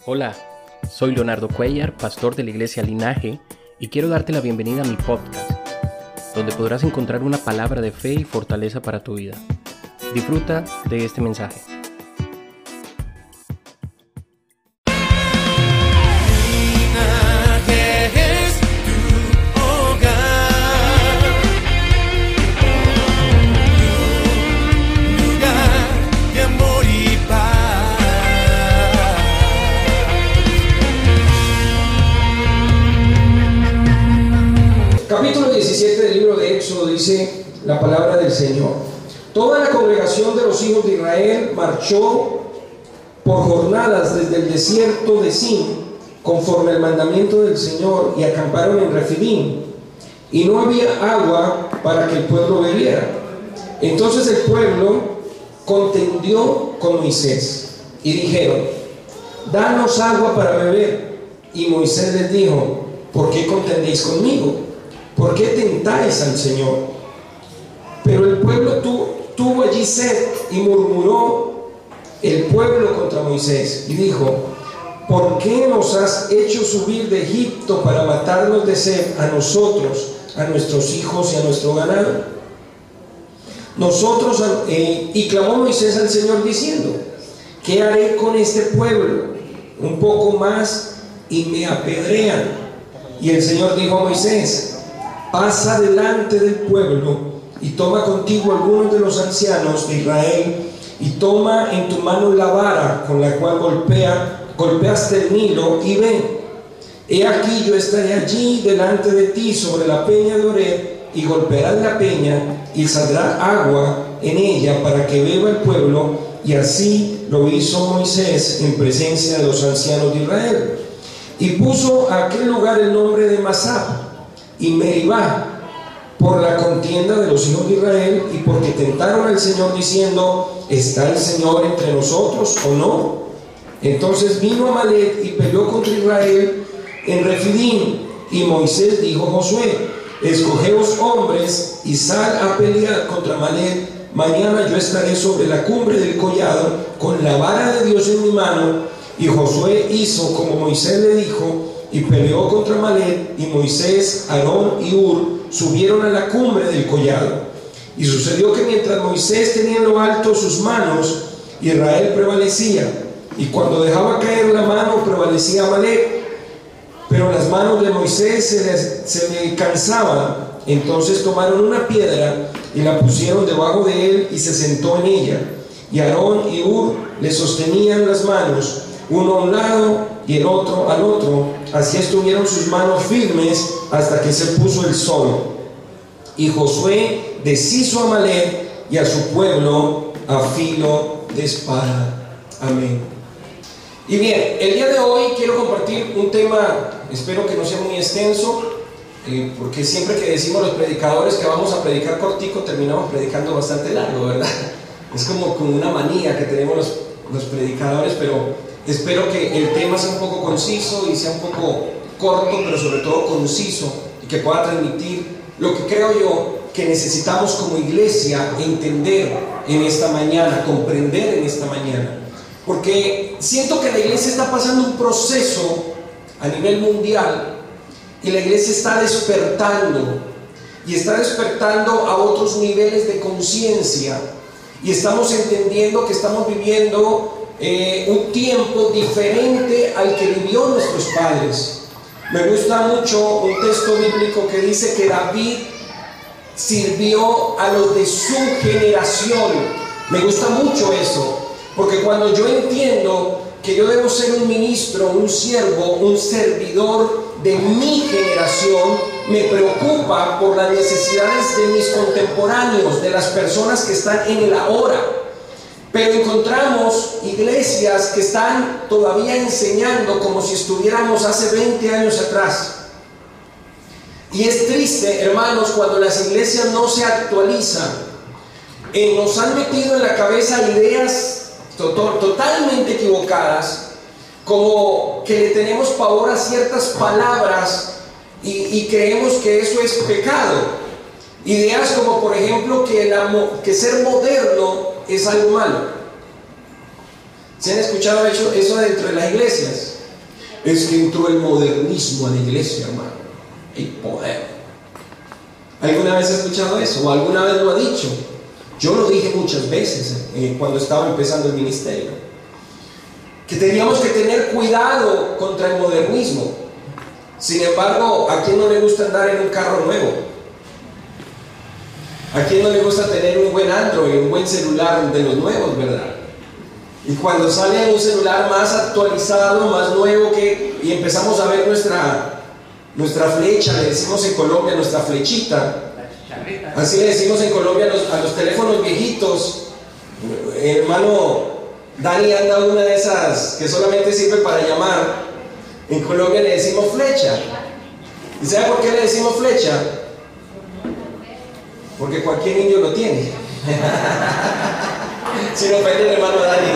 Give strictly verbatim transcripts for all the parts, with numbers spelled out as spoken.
Hola, soy Leonardo Cuellar, pastor de la iglesia Linaje, y quiero darte la bienvenida a mi podcast, donde podrás encontrar una palabra de fe y fortaleza para tu vida. Disfruta de este mensaje. Capítulo diecisiete del libro de Éxodo dice la palabra del Señor. Toda la congregación de los hijos de Israel marchó por jornadas desde el desierto de Sin, conforme al mandamiento del Señor, y acamparon en Refidim, y no había agua para que el pueblo bebiera. Entonces el pueblo contendió con Moisés, y dijeron: danos agua para beber. Y Moisés les dijo: ¿por qué contendéis conmigo? ¿Por qué tentáis al Señor? Pero el pueblo tu, tuvo allí sed, y murmuró el pueblo contra Moisés, y dijo: ¿por qué nos has hecho subir de Egipto para matarnos de sed a nosotros, a nuestros hijos y a nuestro ganado? Nosotros, eh, y clamó Moisés al Señor diciendo: ¿qué haré con este pueblo? Un poco más y me apedrean. Y el Señor dijo a Moisés: pasa delante del pueblo y toma contigo algunos de los ancianos de Israel, y toma en tu mano la vara con la cual golpea, golpeaste el Nilo, y ven. He aquí yo estaré allí delante de ti sobre la peña de Oreb, y golpearás la peña y saldrá agua en ella para que beba el pueblo. Y así lo hizo Moisés en presencia de los ancianos de Israel. Y puso a aquel lugar el nombre de Masá y Meribá, por la contienda de los hijos de Israel, y porque tentaron al Señor diciendo: ¿está el Señor entre nosotros o no? Entonces vino Amalek y peleó contra Israel en Refidim, y Moisés dijo a Josué: escogeos hombres y sal a pelear contra Amalek. Mañana yo estaré sobre la cumbre del collado con la vara de Dios en mi mano. Y Josué hizo como Moisés le dijo, y peleó contra Amalek, y Moisés, Aarón y Hur subieron a la cumbre del collado. Y sucedió que mientras Moisés tenía en lo alto sus manos, Israel prevalecía, y cuando dejaba caer la mano prevalecía Amalek. Pero las manos de Moisés se le, se le cansaban. Entonces tomaron una piedra y la pusieron debajo de él, y se sentó en ella. Y Aarón y Hur le sostenían las manos, uno a un lado y el otro al otro. Así estuvieron sus manos firmes hasta que se puso el sol. Y Josué deshizo a Amalek y a su pueblo a filo de espada. Amén. Y bien, el día de hoy quiero compartir un tema, espero que no sea muy extenso, eh, porque siempre que decimos los predicadores que vamos a predicar cortico, terminamos predicando bastante largo, ¿verdad? Es como, como una manía que tenemos los, los predicadores, pero espero que el tema sea un poco conciso y sea un poco corto, pero sobre todo conciso, y que pueda transmitir lo que creo yo que necesitamos como iglesia entender en esta mañana, comprender en esta mañana. Porque siento que la iglesia está pasando un proceso a nivel mundial, y la iglesia está despertando, y está despertando a otros niveles de conciencia, y estamos entendiendo que estamos viviendo Eh, un tiempo diferente al que vivió nuestros padres. Me gusta mucho un texto bíblico que dice que David sirvió a los de su generación. Me gusta mucho eso, porque cuando yo entiendo que yo debo ser un ministro, un siervo, un servidor de mi generación, me preocupa por las necesidades de mis contemporáneos, de las personas que están en el ahora. Pero encontramos iglesias que están todavía enseñando como si estuviéramos hace veinte años atrás. Y es triste, hermanos, cuando las iglesias no se actualizan. Eh, nos han metido en la cabeza ideas to- to- totalmente equivocadas, como que le tenemos pavor a ciertas palabras y, y creemos que eso es pecado. Ideas como, por ejemplo, que, la, que ser moderno es algo malo. ¿Se han escuchado eso, eso dentro de las iglesias? Es que entró el modernismo a la iglesia, hermano. El poder. ¿Alguna vez ha escuchado eso? ¿O alguna vez lo ha dicho? Yo lo dije muchas veces eh, cuando estaba empezando el ministerio. Que teníamos que tener cuidado contra el modernismo. Sin embargo, ¿a quién no le gusta andar en un carro nuevo? ¿A quién no le gusta tener un buen Android, un buen celular de los nuevos, verdad? Y cuando sale un celular más actualizado, más nuevo, que, y empezamos a ver nuestra, nuestra flecha, le decimos en Colombia nuestra flechita, así le decimos en Colombia a los, a los teléfonos viejitos. Hermano Dani anda una de esas que solamente sirve para llamar. En Colombia le decimos flecha. ¿Y sabe por qué le decimos flecha? Porque cualquier niño lo tiene. Si no ofende el hermano Dani,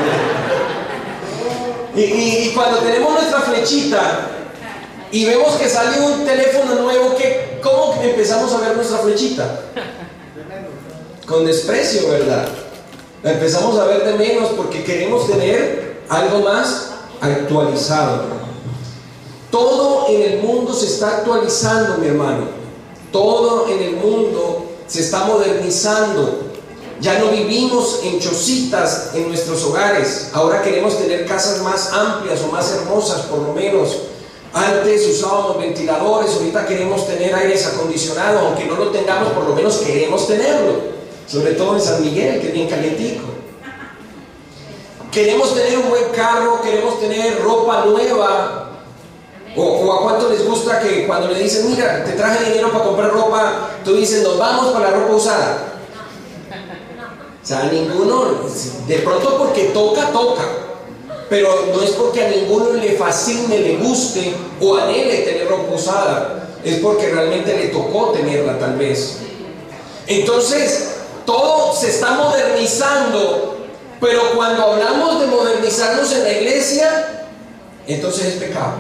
si y, y, y cuando tenemos nuestra flechita y vemos que sale un teléfono nuevo, ¿qué, ¿cómo empezamos a ver nuestra flechita? Con desprecio, ¿verdad? La empezamos a ver de menos porque queremos tener algo más actualizado. Todo en el mundo se está actualizando, mi hermano. Todo en el mundo se está modernizando. Ya no vivimos en chocitas en nuestros hogares. Ahora queremos tener casas más amplias o más hermosas, por lo menos. Antes usábamos ventiladores, ahorita queremos tener aires acondicionados. Aunque no lo tengamos, por lo menos queremos tenerlo. Sobre todo en San Miguel, que es bien calientico. Queremos tener un buen carro, queremos tener ropa nueva. O, o a cuánto les gusta que cuando le dicen, mira, te traje dinero para comprar ropa, tú dices, nos vamos para la ropa usada. O sea, a ninguno, de pronto porque toca, toca, pero no es porque a ninguno le fascine, le guste o anhele tener ropa usada, es porque realmente le tocó tenerla tal vez. Entonces, todo se está modernizando, pero cuando hablamos de modernizarnos en la iglesia, entonces es pecado.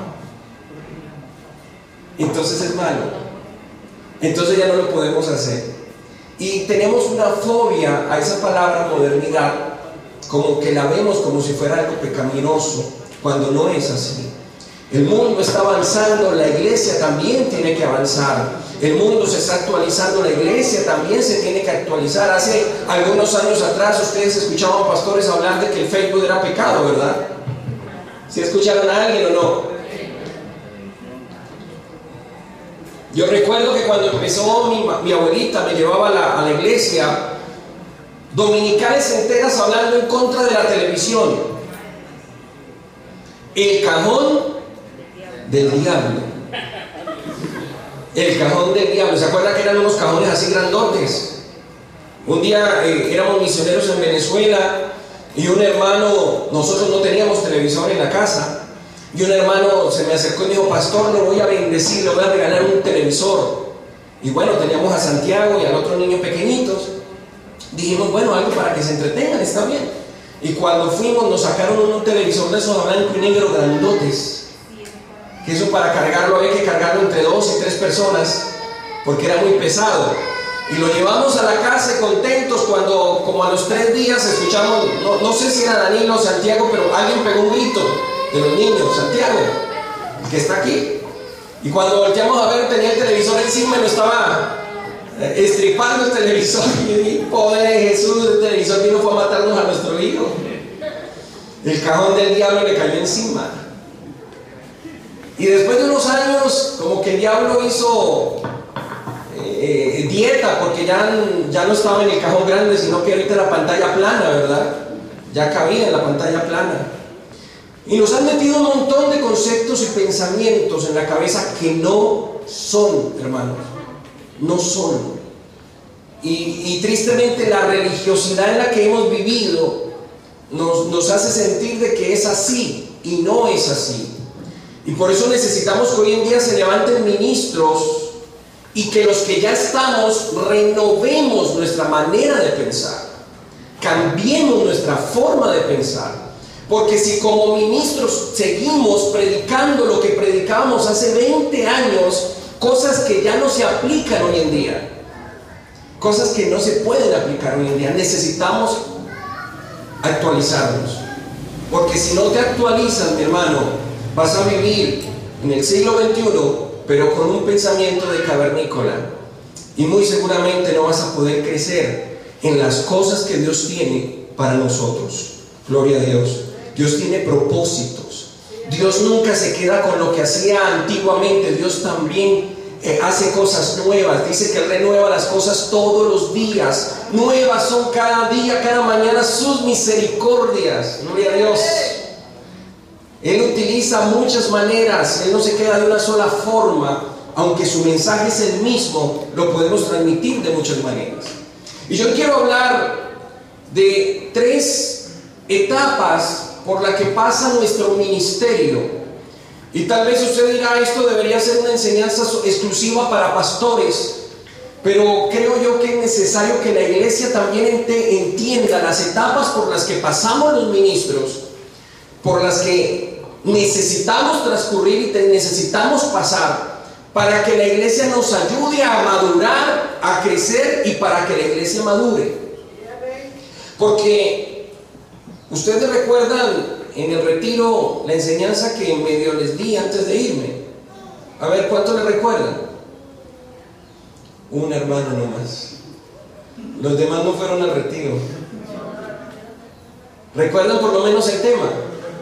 Entonces es malo. Entonces ya no lo podemos hacer. Y tenemos una fobia a esa palabra modernidad, como que la vemos como si fuera algo pecaminoso, cuando no es así. El mundo está avanzando, la iglesia también tiene que avanzar. El mundo se está actualizando, la iglesia también se tiene que actualizar. Hace algunos años atrás ustedes escuchaban pastores hablar de que el Facebook era pecado, ¿verdad? ¿Sí escucharon a alguien o no? Yo recuerdo que cuando empezó mi, mi abuelita me llevaba a la, a la iglesia, dominicales enteras hablando en contra de la televisión. El cajón del diablo. El cajón del diablo. ¿Se acuerdan que eran unos cajones así grandotes? Un día eh, éramos misioneros en Venezuela y un hermano, nosotros no teníamos televisor en la casa. Y un hermano se me acercó y me dijo, pastor, le voy a bendecir, le voy a regalar un televisor. Y bueno, teníamos a Santiago y al otro niño pequeñitos. Dijimos, bueno, algo para que se entretengan, está bien. Y cuando fuimos nos sacaron un televisor de esos blanco y negro grandotes. Que eso para cargarlo había que cargarlo entre dos y tres personas, porque era muy pesado. Y lo llevamos a la casa contentos cuando, como a los tres días, escuchamos, no, no sé si era Danilo o Santiago, pero alguien pegó un grito. De los niños, Santiago, el que está aquí. Y cuando volteamos a ver, tenía el televisor encima y lo estaba estripando el televisor. Y yo dije, poder de Jesús, el televisor vino fue a matarnos a nuestro hijo. El cajón del diablo le cayó encima. Y después de unos años, como que el diablo hizo eh, dieta, porque ya, ya no estaba en el cajón grande, sino que ahorita la pantalla plana, ¿verdad? Ya cabía en la pantalla plana. Y nos han metido un montón de conceptos y pensamientos en la cabeza que no son, hermanos, no son. Y, y tristemente la religiosidad en la que hemos vivido nos, nos hace sentir de que es así y no es así. Y por eso necesitamos que hoy en día se levanten ministros y que los que ya estamos renovemos nuestra manera de pensar, cambiemos nuestra forma de pensar. Porque si como ministros seguimos predicando lo que predicábamos hace veinte años, cosas que ya no se aplican hoy en día, cosas que no se pueden aplicar hoy en día, necesitamos actualizarnos. Porque si no te actualizas, mi hermano, vas a vivir en el siglo veintiuno, pero con un pensamiento de cavernícola. Y muy seguramente no vas a poder crecer en las cosas que Dios tiene para nosotros. Gloria a Dios. Dios tiene propósitos. Dios nunca se queda con lo que hacía antiguamente. Dios también eh, hace cosas nuevas. Dice que Él renueva las cosas todos los días. Nuevas son cada día, cada mañana sus misericordias. Gloria a Dios. Él utiliza muchas maneras. Él no se queda de una sola forma. Aunque su mensaje es el mismo, lo podemos transmitir de muchas maneras. Y yo quiero hablar de tres etapas por las que pasa nuestro ministerio. Y tal vez usted dirá, esto debería ser una enseñanza exclusiva para pastores, pero creo yo que es necesario que la iglesia también entienda las etapas por las que pasamos los ministros, por las que necesitamos transcurrir y necesitamos pasar, para que la iglesia nos ayude a madurar, a crecer y para que la iglesia madure. Porque ustedes recuerdan en el retiro la enseñanza que medio les di antes de irme. A ver, ¿cuánto le recuerdan? Un hermano nomás. Los demás no fueron al retiro. ¿Recuerdan por lo menos el tema?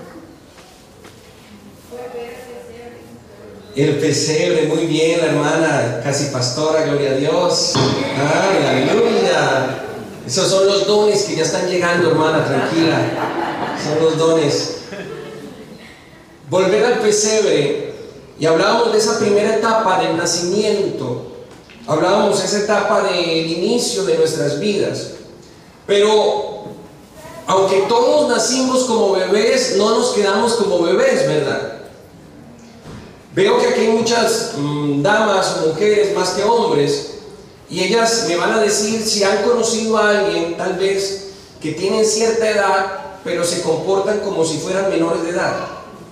El pesebre, muy bien, la hermana casi pastora, gloria a Dios. Aleluya. Esos son los dones que ya están llegando, hermana, tranquila. Son los dones. Volver al pesebre, y hablábamos de esa primera etapa del nacimiento, hablábamos de esa etapa del inicio de nuestras vidas. Pero aunque todos nacimos como bebés, no nos quedamos como bebés, ¿verdad? Veo que aquí hay muchas mmm, damas o mujeres más que hombres, y ellas me van a decir si han conocido a alguien tal vez que tienen cierta edad pero se comportan como si fueran menores de edad.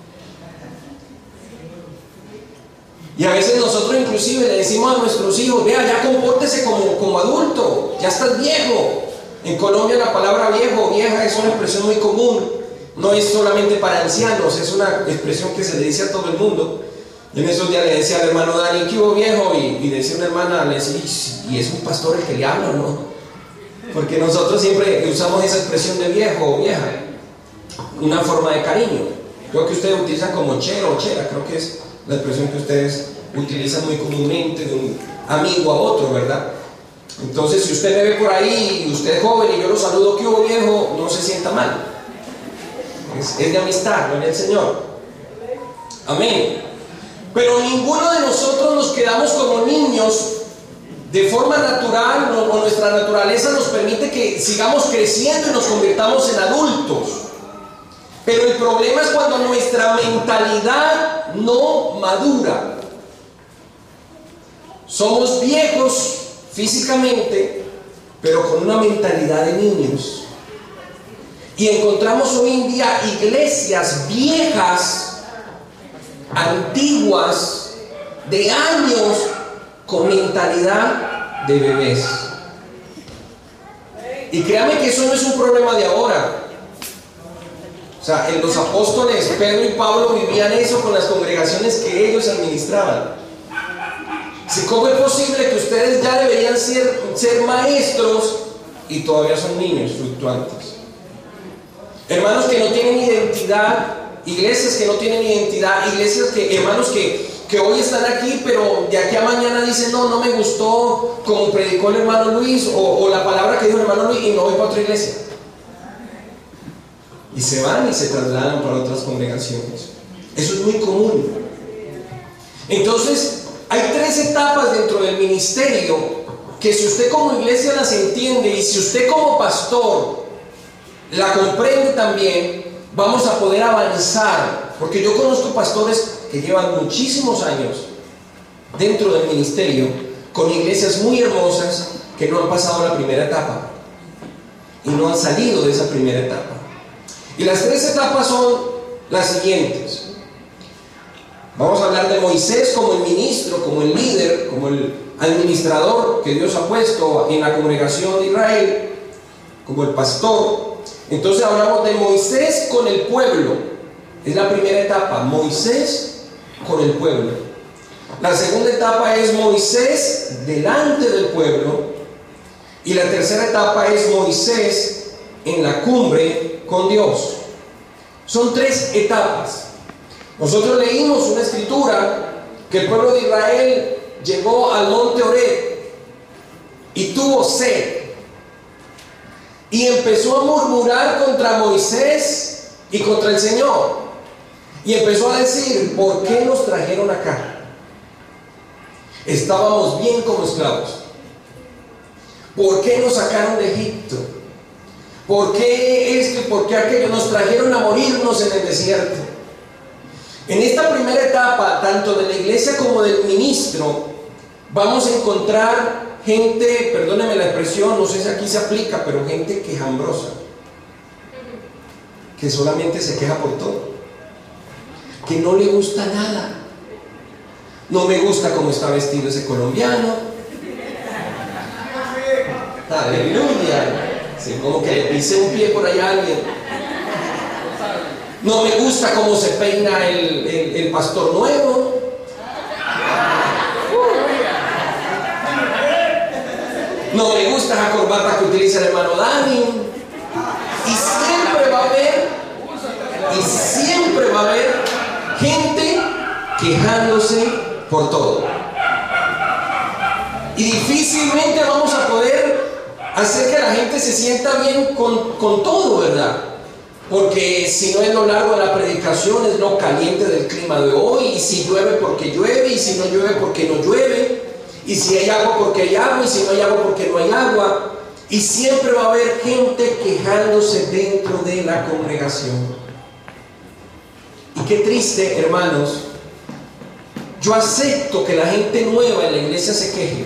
Y a veces nosotros inclusive le decimos a nuestros hijos, vea, ya compórtese como, como adulto, ya estás viejo. En Colombia la palabra viejo o vieja es una expresión muy común, no es solamente para ancianos, es una expresión que se le dice a todo el mundo. Y en esos días le decía al hermano Dani, ¿qué hubo, viejo? Y, y decía una hermana, le decía, ¿y es un pastor el que le habla o no? Porque nosotros siempre usamos esa expresión de viejo o vieja, una forma de cariño. Creo que ustedes utilizan como chero o chera, creo que es la expresión que ustedes utilizan muy comúnmente de un amigo a otro, ¿verdad? Entonces, si usted me ve por ahí y usted es joven y yo lo saludo, ¿qué hubo, viejo? No se sienta mal. Es, es de amistad, no es del Señor. Amén. Pero ninguno de nosotros nos quedamos como niños de forma natural, o nuestra naturaleza nos permite que sigamos creciendo y nos convirtamos en adultos. Pero el problema es cuando nuestra mentalidad no madura. Somos viejos físicamente, pero con una mentalidad de niños. Y encontramos hoy en día iglesias viejas, antiguas, de años, con mentalidad de bebés. Y créanme que eso no es un problema de ahora. O sea, en los apóstoles Pedro y Pablo vivían eso con las congregaciones que ellos administraban. Si, ¿cómo es posible que ustedes ya deberían ser, ser maestros y todavía son niños fluctuantes? Hermanos que no tienen identidad, iglesias que no tienen identidad, iglesias que, hermanos que, que hoy están aquí, pero de aquí a mañana dicen, no, no me gustó como predicó el hermano Luis, o, o la palabra que dijo el hermano Luis, y no voy para otra iglesia. Y se van y se trasladan para otras congregaciones. Eso es muy común. Entonces, hay tres etapas dentro del ministerio que si usted como iglesia las entiende y si usted como pastor la comprende también, vamos a poder avanzar. Porque yo conozco pastores que llevan muchísimos años dentro del ministerio con iglesias muy hermosas que no han pasado la primera etapa y no han salido de esa primera etapa. Y las tres etapas son las siguientes. Vamos a hablar de Moisés como el ministro, como el líder, como el administrador que Dios ha puesto en la congregación de Israel, como el pastor. Entonces hablamos de Moisés con el pueblo. Es la primera etapa, Moisés con el pueblo. La segunda etapa es Moisés delante del pueblo. Y la tercera etapa es Moisés en la cumbre con Dios. Son tres etapas. Nosotros leímos una escritura que el pueblo de Israel llegó al monte Horeb y tuvo sed. Y empezó a murmurar contra Moisés y contra el Señor. Y empezó a decir: ¿por qué nos trajeron acá? Estábamos bien como esclavos. ¿Por qué nos sacaron de Egipto? ¿Por qué esto? ¿Por qué aquello? Nos trajeron a morirnos en el desierto. En esta primera etapa, tanto de la iglesia como del ministro, vamos a encontrar gente, perdónenme la expresión, no sé si aquí se aplica, pero gente quejambrosa, que solamente se queja por todo, que no le gusta nada. No me gusta cómo está vestido ese colombiano. Aleluya. Sí, como que le pisé un pie por allá a alguien. No me gusta cómo se peina el, el, el pastor nuevo. No me gusta la corbata que utiliza el hermano Dani. Y siempre va a haber, y siempre va a haber gente quejándose por todo. Y difícilmente vamos a poder hacer que la gente se sienta bien con, con todo, ¿verdad? Porque si no es lo largo de la predicación, es lo caliente del clima de hoy. Y si llueve, porque llueve. Y si no llueve, porque no llueve. Y si hay agua, porque hay agua. Y si no hay agua, porque no hay agua. Y siempre va a haber gente quejándose dentro de la congregación. Y qué triste, hermanos. Yo acepto que la gente nueva en la iglesia se queje,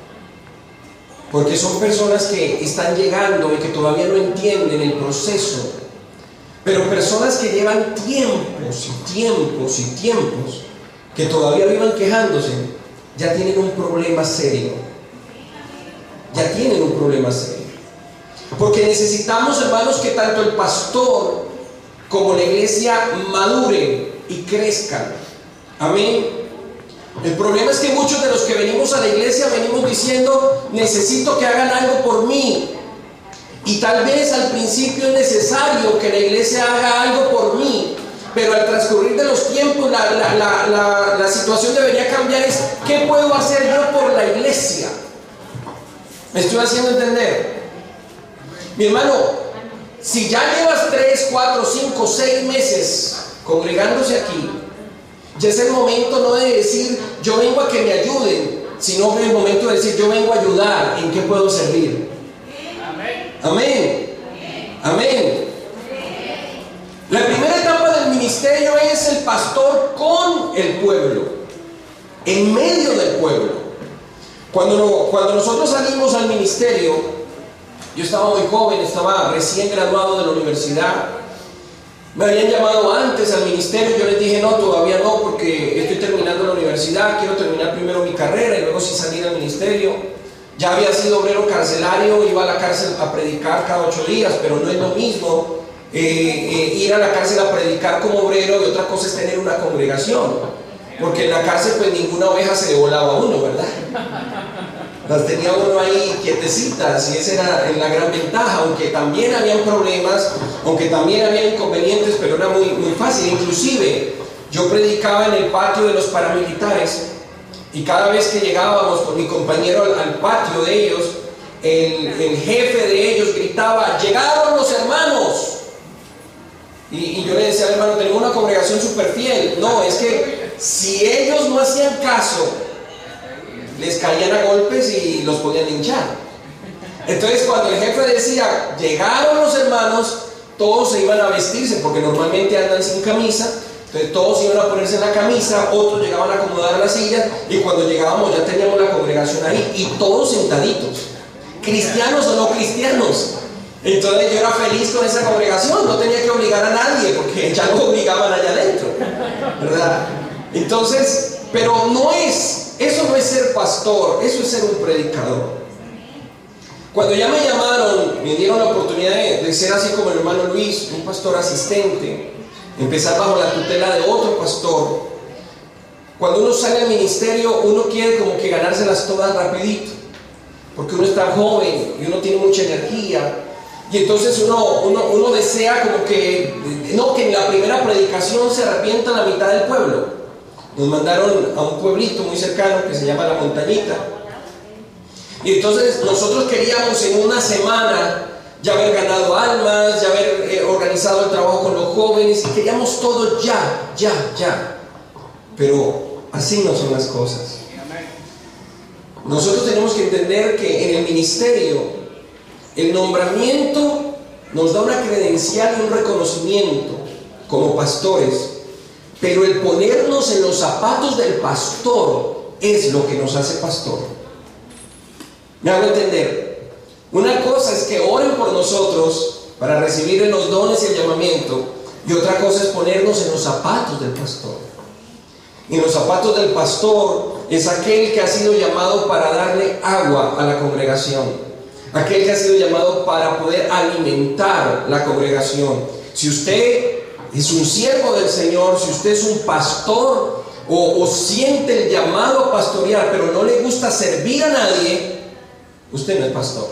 porque son personas que están llegando y que todavía no entienden el proceso. Pero personas que llevan tiempos y tiempos y tiempos, que todavía vivan quejándose, ya tienen un problema serio. Ya tienen un problema serio. Porque necesitamos, hermanos, que tanto el pastor como la iglesia maduren y crezcan. Amén. El problema es que muchos de los que venimos a la iglesia venimos diciendo: necesito que hagan algo por mí. Y tal vez al principio es necesario que la iglesia haga algo por mí, pero al transcurrir de los tiempos la, la, la, la, la situación debería cambiar. Es: ¿qué puedo hacer yo por la iglesia? ¿Me estoy haciendo entender? Mi hermano, si ya llevas tres, cuatro, cinco, seis meses congregándose aquí, ya es el momento no de decir: yo vengo a que me ayuden, sino que es el momento de decir: yo vengo a ayudar, ¿en qué puedo servir? Amén. Amén. La primera etapa del ministerio es el pastor con el pueblo, en medio del pueblo. Cuando, no, cuando nosotros salimos al ministerio, yo estaba muy joven, estaba recién graduado de la universidad. Me habían llamado antes al ministerio. Yo les dije: no, todavía no, porque estoy terminando la universidad, quiero terminar primero mi carrera y luego sí salir al ministerio. Ya había sido obrero carcelario, iba a la cárcel a predicar cada ocho días, pero no es lo mismo eh, eh, ir a la cárcel a predicar como obrero, y otra cosa es tener una congregación, porque en la cárcel pues ninguna oveja se le volaba a uno, ¿verdad? Las tenía uno ahí quietecitas, y esa era la gran ventaja, aunque también habían problemas, aunque también había inconvenientes, pero era muy, muy fácil. Inclusive yo predicaba en el patio de los paramilitares, y cada vez que llegábamos con mi compañero al, al patio de ellos, el, el jefe de ellos gritaba: llegaron los hermanos. Y, y yo le decía al hermano: tenemos una congregación súper fiel. No, es que si ellos no hacían caso, les caían a golpes y los podían hinchar. Entonces cuando el jefe decía: llegaron los hermanos, todos se iban a vestirse, porque normalmente andan sin camisa. Entonces todos iban a ponerse en la camisa, otros llegaban a acomodar las sillas, y cuando llegábamos ya teníamos la congregación ahí, y todos sentaditos, cristianos o no cristianos. Entonces yo era feliz con esa congregación, no tenía que obligar a nadie, porque ya lo obligaban allá adentro, ¿verdad? Entonces, pero no es, eso no es ser pastor, eso es ser un predicador. Cuando ya me llamaron, me dieron la oportunidad de, de ser así como el hermano Luis, un pastor asistente, empezar bajo la tutela de otro pastor. Cuando uno sale al ministerio, uno quiere como que ganárselas todas rapidito, porque uno está joven y uno tiene mucha energía, y entonces uno, uno, uno desea como que, no, que en la primera predicación se arrepienta la mitad del pueblo. Nos mandaron a un pueblito muy cercano que se llama La Montañita, y entonces nosotros queríamos en una semana ya haber ganado almas, ya haber eh, organizado el trabajo con los jóvenes, y queríamos todo ya, ya, ya. Pero así no son las cosas. Nosotros tenemos que entender que en el ministerio el nombramiento nos da una credencial y un reconocimiento como pastores, pero el ponernos en los zapatos del pastor es lo que nos hace pastor. ¿Me hago entender? Una cosa es que oren por nosotros para recibir los dones y el llamamiento, y otra cosa es ponernos en los zapatos del pastor. Y los zapatos del pastor es aquel que ha sido llamado para darle agua a la congregación, aquel que ha sido llamado para poder alimentar la congregación. Si usted es un siervo del Señor, si usted es un pastor o, o siente el llamado a pastorear, pero no le gusta servir a nadie, usted no es pastor.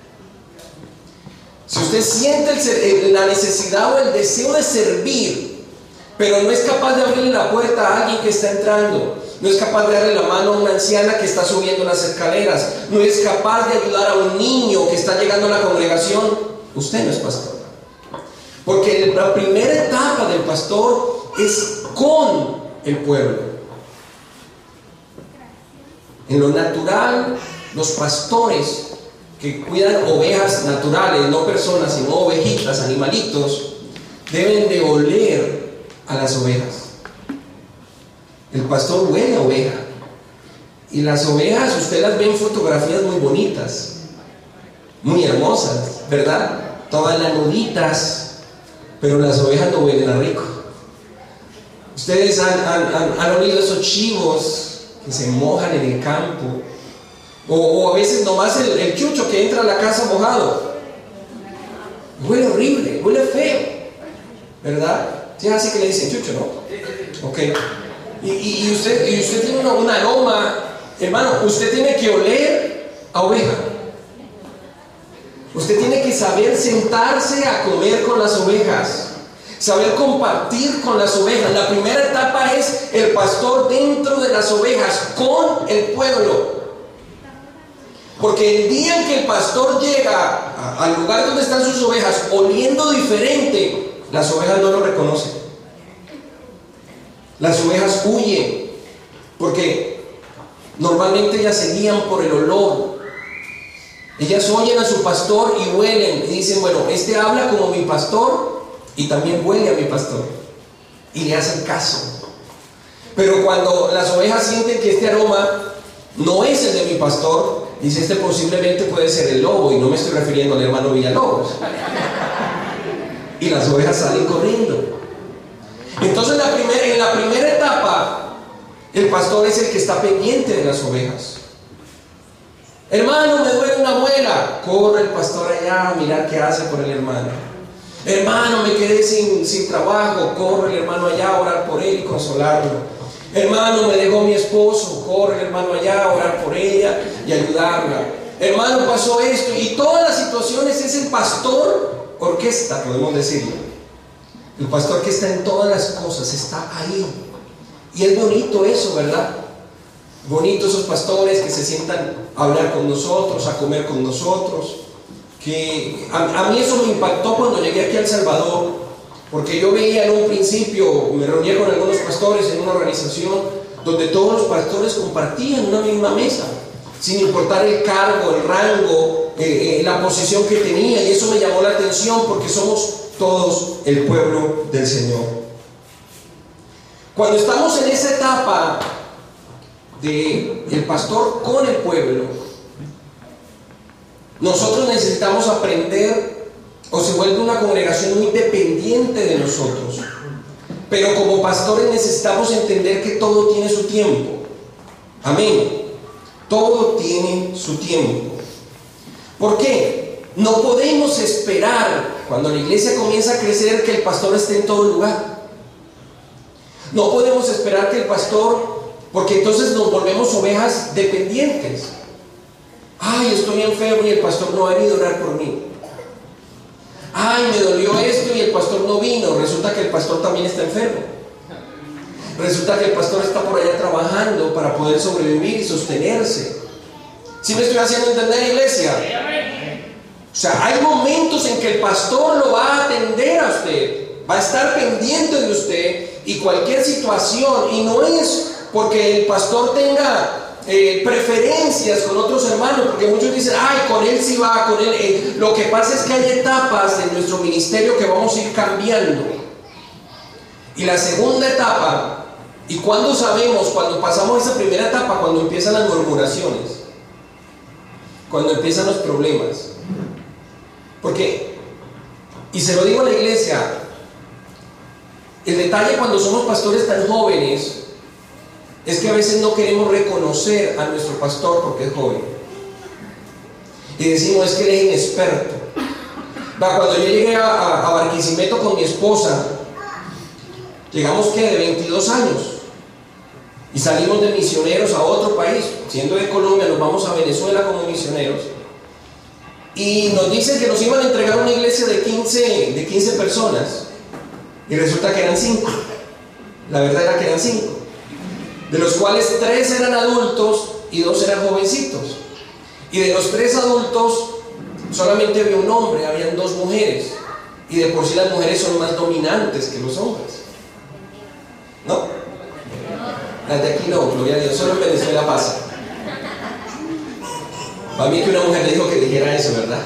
Si usted siente el, la necesidad o el deseo de servir, pero no es capaz de abrirle la puerta a alguien que está entrando, no es capaz de darle la mano a una anciana que está subiendo las escaleras, no es capaz de ayudar a un niño que está llegando a la congregación, usted no es pastor. Porque la primera etapa del pastor es con el pueblo. En lo natural, los pastores que cuidan ovejas naturales, no personas, sino ovejitas, animalitos, deben de oler a las ovejas. El pastor huele a oveja, y las ovejas usted las ve en fotografías muy bonitas, muy hermosas, ¿verdad? Todas lanuditas, pero las ovejas no huelen a rico. Ustedes han, han, han, han olido esos chivos que se mojan en el campo, o, o a veces nomás el, el chucho que entra a la casa mojado, huele horrible, huele feo, ¿verdad? Sí, es así que le dicen chucho, ¿no? Ok. Y, y, y, usted, y usted tiene una, un aroma, hermano, usted tiene que oler a oveja. Usted tiene que saber sentarse a comer con las ovejas, saber compartir con las ovejas. La primera etapa es el pastor dentro de las ovejas, con el pueblo. Porque el día en que el pastor llega a, al lugar donde están sus ovejas oliendo diferente, las ovejas no lo reconocen. Las ovejas huyen, porque normalmente ellas se guían por el olor. Ellas oyen a su pastor y huelen, y dicen, bueno, este habla como mi pastor y también huele a mi pastor, y le hacen caso. Pero cuando las ovejas sienten que este aroma no es el de mi pastor, dice, este posiblemente puede ser el lobo, y no me estoy refiriendo al hermano Villalobos. Y las ovejas salen corriendo. Entonces la primer, en la primera etapa, el pastor es el que está pendiente de las ovejas. Hermano, me duele una muela, corre el pastor allá a mirar qué hace por el hermano. Hermano, me quedé sin, sin trabajo, corre el hermano allá a orar por él y consolarlo. Hermano, me dejó mi esposo, corre el hermano allá a orar por ella y ayudarla. Hermano, pasó esto, y todas las situaciones es el pastor orquesta, podemos decirlo. El pastor que está en todas las cosas, está ahí. Y es bonito eso, ¿verdad? Bonito esos pastores que se sientan a hablar con nosotros, a comer con nosotros. Que a, a mí eso me impactó cuando llegué aquí a El Salvador, porque yo veía en un principio, me reuní con algunos pastores en una organización donde todos los pastores compartían una misma mesa, sin importar el cargo, el rango, eh, eh, la posición que tenía, y eso me llamó la atención porque somos todos el pueblo del Señor. Cuando estamos en esa etapa de el pastor con el pueblo, nosotros necesitamos aprender, o se vuelve una congregación muy dependiente de nosotros. Pero como pastores necesitamos entender que todo tiene su tiempo. Amén. Todo tiene su tiempo. ¿Por qué? No podemos esperar, cuando la iglesia comienza a crecer, que el pastor esté en todo lugar. No podemos esperar que el pastor, porque entonces nos volvemos ovejas dependientes. Ay, estoy enfermo y el pastor no ha venido a orar por mí. Ay, me dolió esto y el pastor no vino. Resulta que el pastor también está enfermo. Resulta que el pastor está por allá trabajando para poder sobrevivir y sostenerse. ¿Sí me estoy haciendo entender, iglesia? O sea, hay momentos en que el pastor lo va a atender a usted, va a estar pendiente de usted y cualquier situación, y no es porque el pastor tenga eh, preferencias con otros hermanos, porque muchos dicen, ay, con él sí va, con él. Eh, lo que pasa es que hay etapas en nuestro ministerio que vamos a ir cambiando. Y la segunda etapa, ¿y cuándo sabemos? Cuando pasamos esa primera etapa, cuando empiezan las murmuraciones, cuando empiezan los problemas. Porque, y se lo digo a la iglesia, el detalle cuando somos pastores tan jóvenes es que a veces no queremos reconocer a nuestro pastor porque es joven. Y decimos, es que él es inexperto. Cuando yo llegué a, a, a Barquisimeto con mi esposa, llegamos que de veintidós años. Y salimos de misioneros a otro país. Siendo de Colombia, nos vamos a Venezuela como misioneros. Y nos dicen que nos iban a entregar una iglesia de quince, de quince personas. Y resulta que eran cinco. La verdad era que eran cinco. De los cuales tres eran adultos y dos eran jovencitos. Y de los tres adultos, solamente había un hombre, habían dos mujeres. Y de por sí las mujeres son más dominantes que los hombres. ¿No? Las de aquí no, gloria a Dios, solo en Venezuela pasa. Para mí que una mujer le dijo que dijera eso, ¿verdad?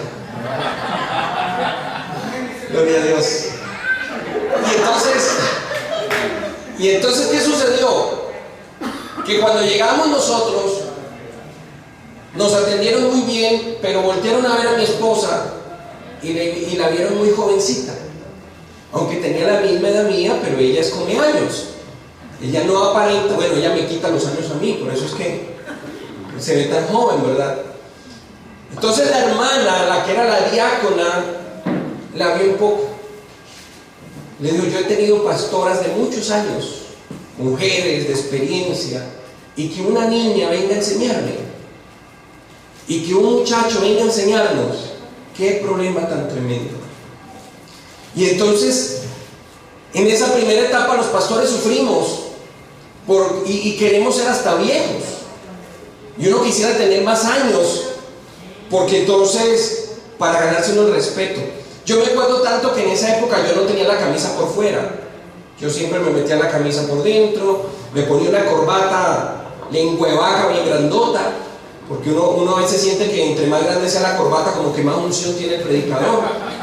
Gloria a Dios. Y entonces, y entonces, ¿qué sucedió? Que cuando llegamos nosotros, nos atendieron muy bien, pero voltearon a ver a mi esposa y, le, y la vieron muy jovencita. Aunque tenía la misma edad mía, pero ella es come años. Ella no aparenta, bueno, ella me quita los años a mí, por eso es que se ve tan joven, ¿verdad? Entonces la hermana, la que era la diácona, la vio un poco. Le dijo, yo he tenido pastoras de muchos años, mujeres de experiencia, y que una niña venga a enseñarme, y que un muchacho venga a enseñarnos, qué problema tan tremendo. Y entonces, en esa primera etapa los pastores sufrimos, por, y, y queremos ser hasta viejos, y uno quisiera tener más años, porque entonces, para ganarse uno el respeto. Yo me acuerdo tanto que en esa época yo no tenía la camisa por fuera. Yo siempre me metía la camisa por dentro, me ponía una corbata lengüevaca bien grandota, porque uno, uno a veces siente que entre más grande sea la corbata, como que más unción tiene el predicador.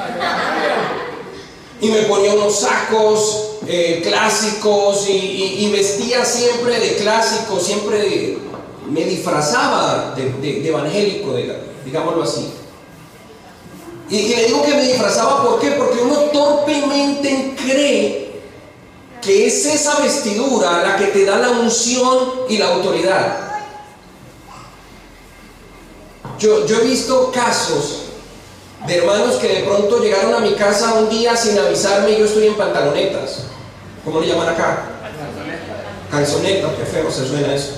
Y me ponía unos sacos eh, clásicos y, y, y vestía siempre de clásico, siempre de, me disfrazaba de, de, de evangélico, de, digámoslo así. Y, y le digo que me disfrazaba, ¿por qué? Porque uno torpemente cree que es esa vestidura la que te da la unción y la autoridad. Yo, yo he visto casos de hermanos que de pronto llegaron a mi casa un día sin avisarme y yo estoy en pantalonetas. ¿Cómo le llaman acá? Calzoneta, qué feo se suena eso.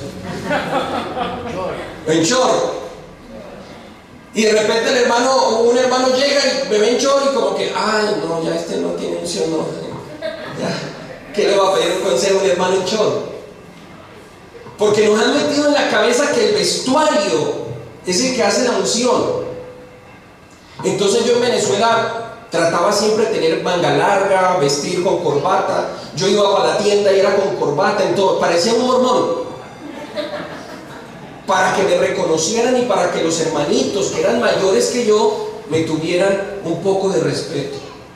En short. Y de repente el hermano, un hermano llega y me ve en short y como que, ay, no, ya este no tiene unción, no. Ya, ¿qué le va a pedir un consejo a un hermano en short? Porque nos han metido en la cabeza que el vestuario es el que hace la unción. Entonces yo en Venezuela trataba siempre de tener manga larga, vestir con corbata. Yo iba a la tienda y era con corbata, en todo, parecía un mormón. Para que me reconocieran y para que los hermanitos que eran mayores que yo me tuvieran un poco de respeto.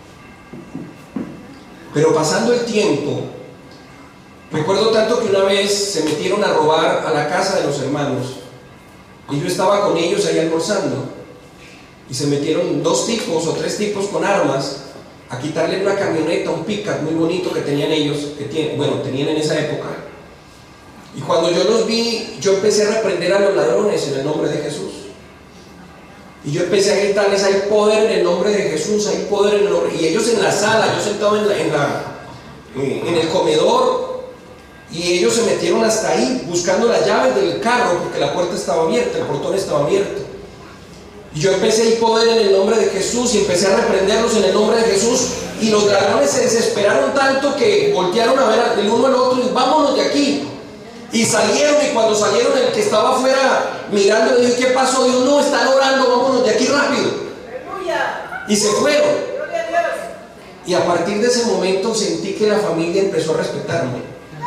Pero pasando el tiempo, recuerdo tanto que una vez se metieron a robar a la casa de los hermanos y yo estaba con ellos ahí almorzando y se metieron dos tipos o tres tipos con armas a quitarle una camioneta, un pick-up muy bonito que tenían ellos, que tienen, bueno, tenían en esa época. Y cuando yo los vi, yo empecé a reprender a los ladrones en el nombre de Jesús. Y yo empecé a gritarles: hay poder en el nombre de Jesús, hay poder en el nombre. Y ellos en la sala, yo sentado en, la, en, la, en el comedor, y ellos se metieron hasta ahí buscando las llaves del carro, porque la puerta estaba abierta, el portón estaba abierto. Y yo empecé: hay poder en el nombre de Jesús, y empecé a reprenderlos en el nombre de Jesús. Y los ladrones se desesperaron tanto que voltearon a ver el uno al otro y: vámonos de aquí. Y salieron, y cuando salieron, el que estaba afuera mirando le dijo: ¿qué pasó? Dios: no, están orando, vámonos de aquí rápido. Y se fueron. Y a partir de ese momento sentí que la familia empezó a respetarme.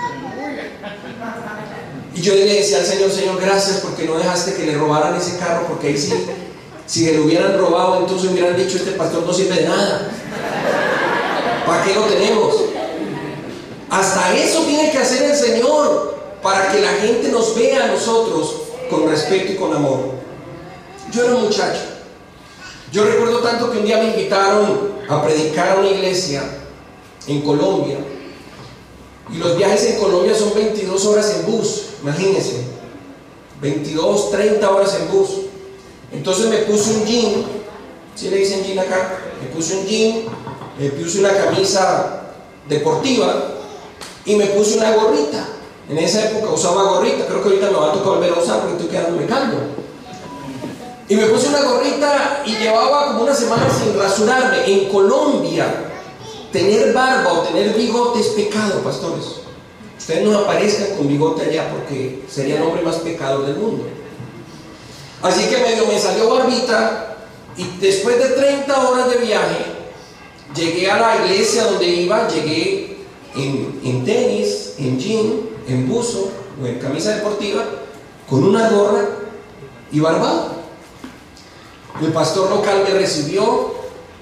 Y yo le decía al Señor: Señor, gracias porque no dejaste que le robaran ese carro, porque ahí sí, si le hubieran robado, entonces hubieran dicho: este pastor no sirve de nada, ¿para qué lo tenemos? Hasta eso tiene que hacer el Señor, para que la gente nos vea a nosotros con respeto y con amor. Yo era un muchacho. Yo recuerdo tanto que un día me invitaron a predicar a una iglesia en Colombia, y los viajes en Colombia son veintidós horas en bus, imagínense, veintidós, treinta horas en bus. Entonces me puse un jean, ¿sí le dicen jean acá? Me puse un jean, me puse una camisa deportiva y me puse una gorrita. En esa época usaba gorrita, creo que ahorita me va a tocar volver a usar porque estoy quedándome calvo. Y me puse una gorrita y llevaba como una semana sin rasurarme. En Colombia, tener barba o tener bigote es pecado, pastores. Ustedes no aparezcan con bigote allá porque sería el hombre más pecador del mundo. Así que medio me salió barbita, y después de treinta horas de viaje, llegué a la iglesia donde iba, llegué en, en tenis, en jean, en buzo o en camisa deportiva, con una gorra y barbado. El pastor local me recibió,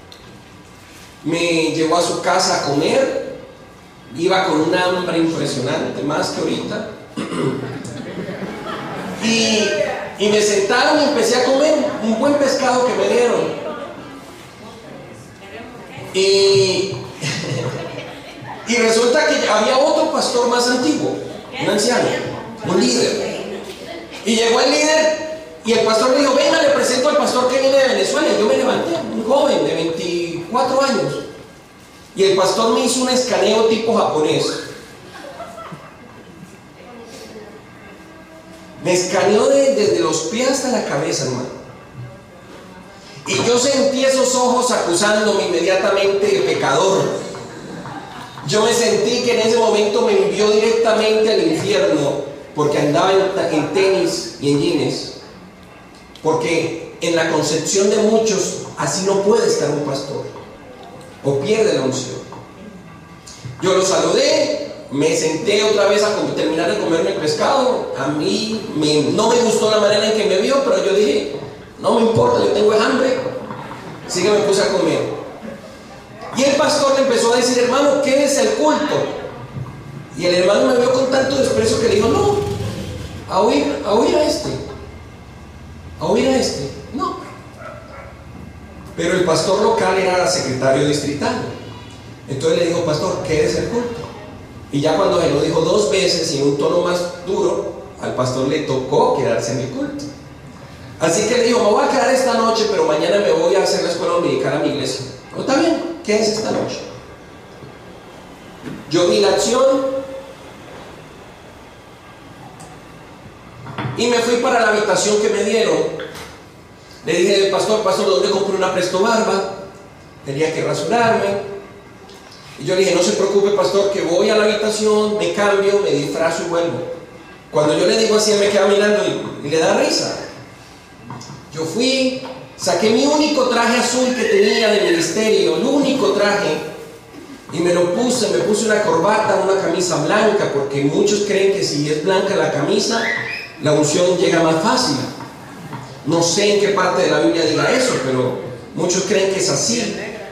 me llevó a su casa a comer, iba con un hambre impresionante, más que ahorita, y, y me sentaron y empecé a comer un buen pescado que me dieron. Y, y resulta que había otro pastor más antiguo, un anciano, un líder. Y llegó el líder y el pastor le dijo: venga, le presento al pastor que viene de Venezuela. Y yo me levanté, un joven de veinticuatro años. Y el pastor me hizo un escaneo tipo japonés. Me escaneó de, desde los pies hasta la cabeza, hermano. Y yo sentí esos ojos acusándome inmediatamente de pecador. Yo me sentí que en ese momento me envió directamente al infierno, porque andaba en, en tenis y en jeans. Porque en la concepción de muchos, así no puede estar un pastor, o pierde la unción. Yo lo saludé, me senté otra vez a terminar de comerme el pescado. A mí me, no me gustó la manera en que me vio, pero yo dije: no me importa, yo tengo hambre. Así que me puse a comer. Y el pastor le empezó a decir: hermano, ¿qué es el culto? Y el hermano me vio con tanto desprecio que le dijo: no, a oír, a oír a este, a oír a este, no. Pero el pastor local era secretario distrital. Entonces le dijo: pastor, ¿qué es el culto? Y ya cuando se lo dijo dos veces y en un tono más duro, al pastor le tocó quedarse en el culto. Así que le dijo: me voy a quedar esta noche, pero mañana me voy a hacer la escuela dominical a mi iglesia. ¿No está bien? ¿Qué es esta noche? Yo vi la acción y me fui para la habitación que me dieron. Le dije al pastor: pastor, ¿dónde compré una Presto Barba? Tenía que rasurarme. Y yo le dije: no se preocupe, pastor, que voy a la habitación, me cambio, me disfrazo y vuelvo. Cuando yo le digo así, él me queda mirando y, y le da risa. Yo fui, saqué mi único traje azul que tenía de ministerio, el único traje, y me lo puse, me puse una corbata, una camisa blanca, porque muchos creen que si es blanca la camisa, la unción llega más fácil. No sé en qué parte de la Biblia diga eso, pero muchos creen que es así.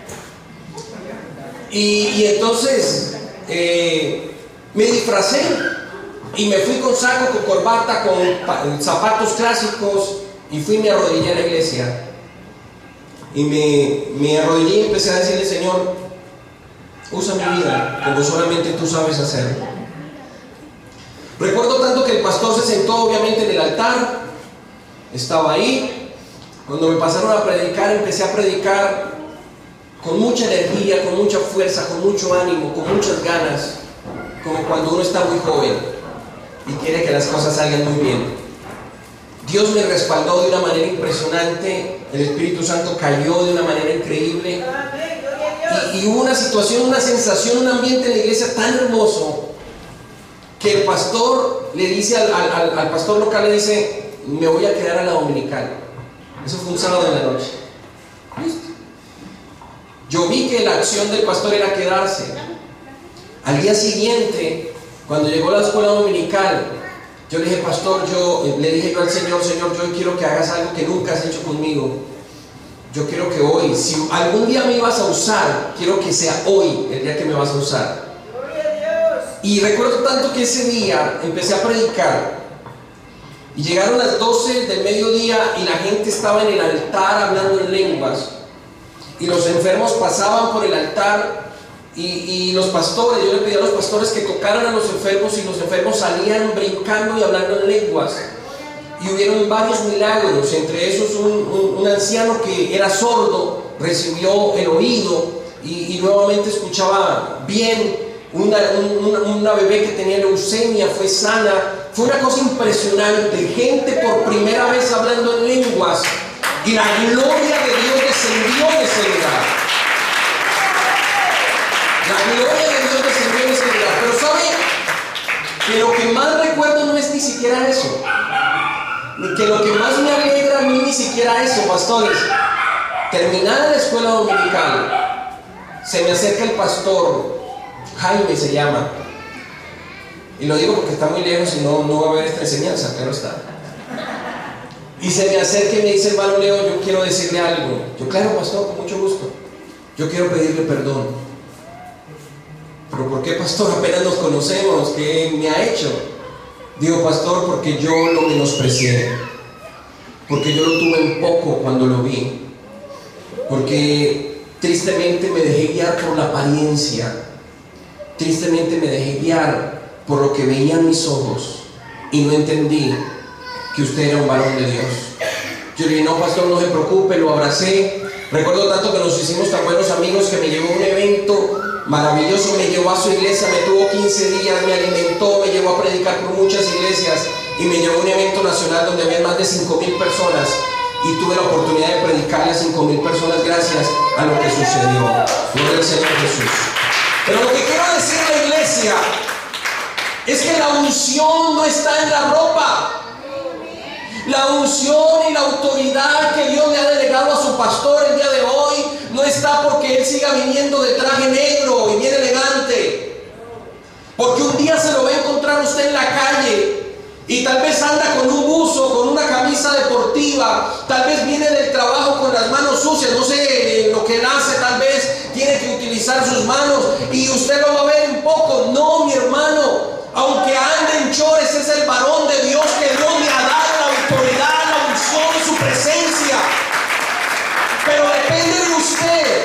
Y, y entonces eh, me disfracé y me fui con saco, con corbata, con zapatos clásicos, y fui y me arrodillé en la iglesia. Y me, me arrodillé y empecé a decirle: Señor, usa mi vida como solamente tú sabes hacerlo. Recuerdo tanto que el pastor se sentó obviamente en el altar, estaba ahí, Cuando me pasaron a predicar, empecé a predicar con mucha energía, con mucha fuerza, con mucho ánimo, con muchas ganas, como cuando uno está muy joven y quiere que las cosas salgan muy bien. Dios me respaldó de una manera impresionante, el Espíritu Santo cayó de una manera increíble y, y hubo una situación, una sensación, un ambiente en la iglesia tan hermoso que el pastor le dice al, al, al pastor local, le dice: me voy a quedar a la dominical. Eso fue un sábado en la noche. ¿Listo? Yo vi que la acción del pastor era quedarse. Al día siguiente, cuando llegó la escuela dominical, yo le dije: pastor, yo le dije yo al Señor, Señor, yo quiero que hagas algo que nunca has hecho conmigo. Yo quiero que hoy, si algún día me ibas a usar, quiero que sea hoy el día que me vas a usar. Y recuerdo tanto que ese día empecé a predicar. Y llegaron las doce del mediodía y la gente estaba en el altar hablando en lenguas. Y los enfermos pasaban por el altar y, y los pastores, yo le pedí a los pastores que tocaran a los enfermos y los enfermos salían brincando y hablando en lenguas. Y hubieron varios milagros, entre esos un, un, un anciano que era sordo recibió el oído y, y nuevamente escuchaba bien. Una, una, una bebé que tenía leucemia fue sana. Fue una cosa impresionante, gente por primera vez hablando en lenguas y la gloria de Dios descendió en ese lugar. La gloria de Dios descendió en ese lugar. Pero ¿saben? Que lo que más recuerdo no es ni siquiera eso. Que lo que más me alegra a mí ni siquiera eso, pastores. Terminada la escuela dominical, se me acerca el pastor, Jaime se llama. Y lo digo porque está muy lejos y no, no va a haber esta enseñanza, pero está. Y se me acerca y me dice: hermano Leo, yo quiero decirle algo. Yo: claro, pastor, con mucho gusto. Yo quiero pedirle perdón. ¿Pero por qué, pastor? Apenas nos conocemos. ¿Qué me ha hecho? Digo: pastor, porque yo lo menosprecié. Porque yo lo tuve en poco cuando lo vi. Porque tristemente me dejé guiar por la apariencia. Tristemente me dejé guiar por lo que veían mis ojos y no entendí que usted era un varón de Dios. Yo le dije: no, pastor, no se preocupe. Lo abracé. Recuerdo tanto que nos hicimos tan buenos amigos que me llevó a un evento maravilloso, me llevó a su iglesia, me tuvo quince días, me alimentó, me llevó a predicar por muchas iglesias y me llevó a un evento nacional donde había más de cinco mil personas y tuve la oportunidad de predicarle a cinco mil personas gracias a lo que sucedió. Gloria al Señor Jesús. Pero lo que quiero decir a la iglesia es que la unción no está en la ropa. La unción y la autoridad que Dios le ha delegado a su pastor el día de hoy no está porque él siga viniendo de traje negro y bien elegante. Porque un día se lo va a encontrar usted en la calle y tal vez anda con un buzo, con una camisa deportiva, tal vez viene del trabajo con las manos sucias, no sé lo que él hace, tal vez tiene que utilizar sus manos y usted lo va a ver en poco. No, mi hermano, aunque ande en chores, es el varón de Dios que Dios le ha dado la autoridad, la unción, su presencia. Pero depende de usted.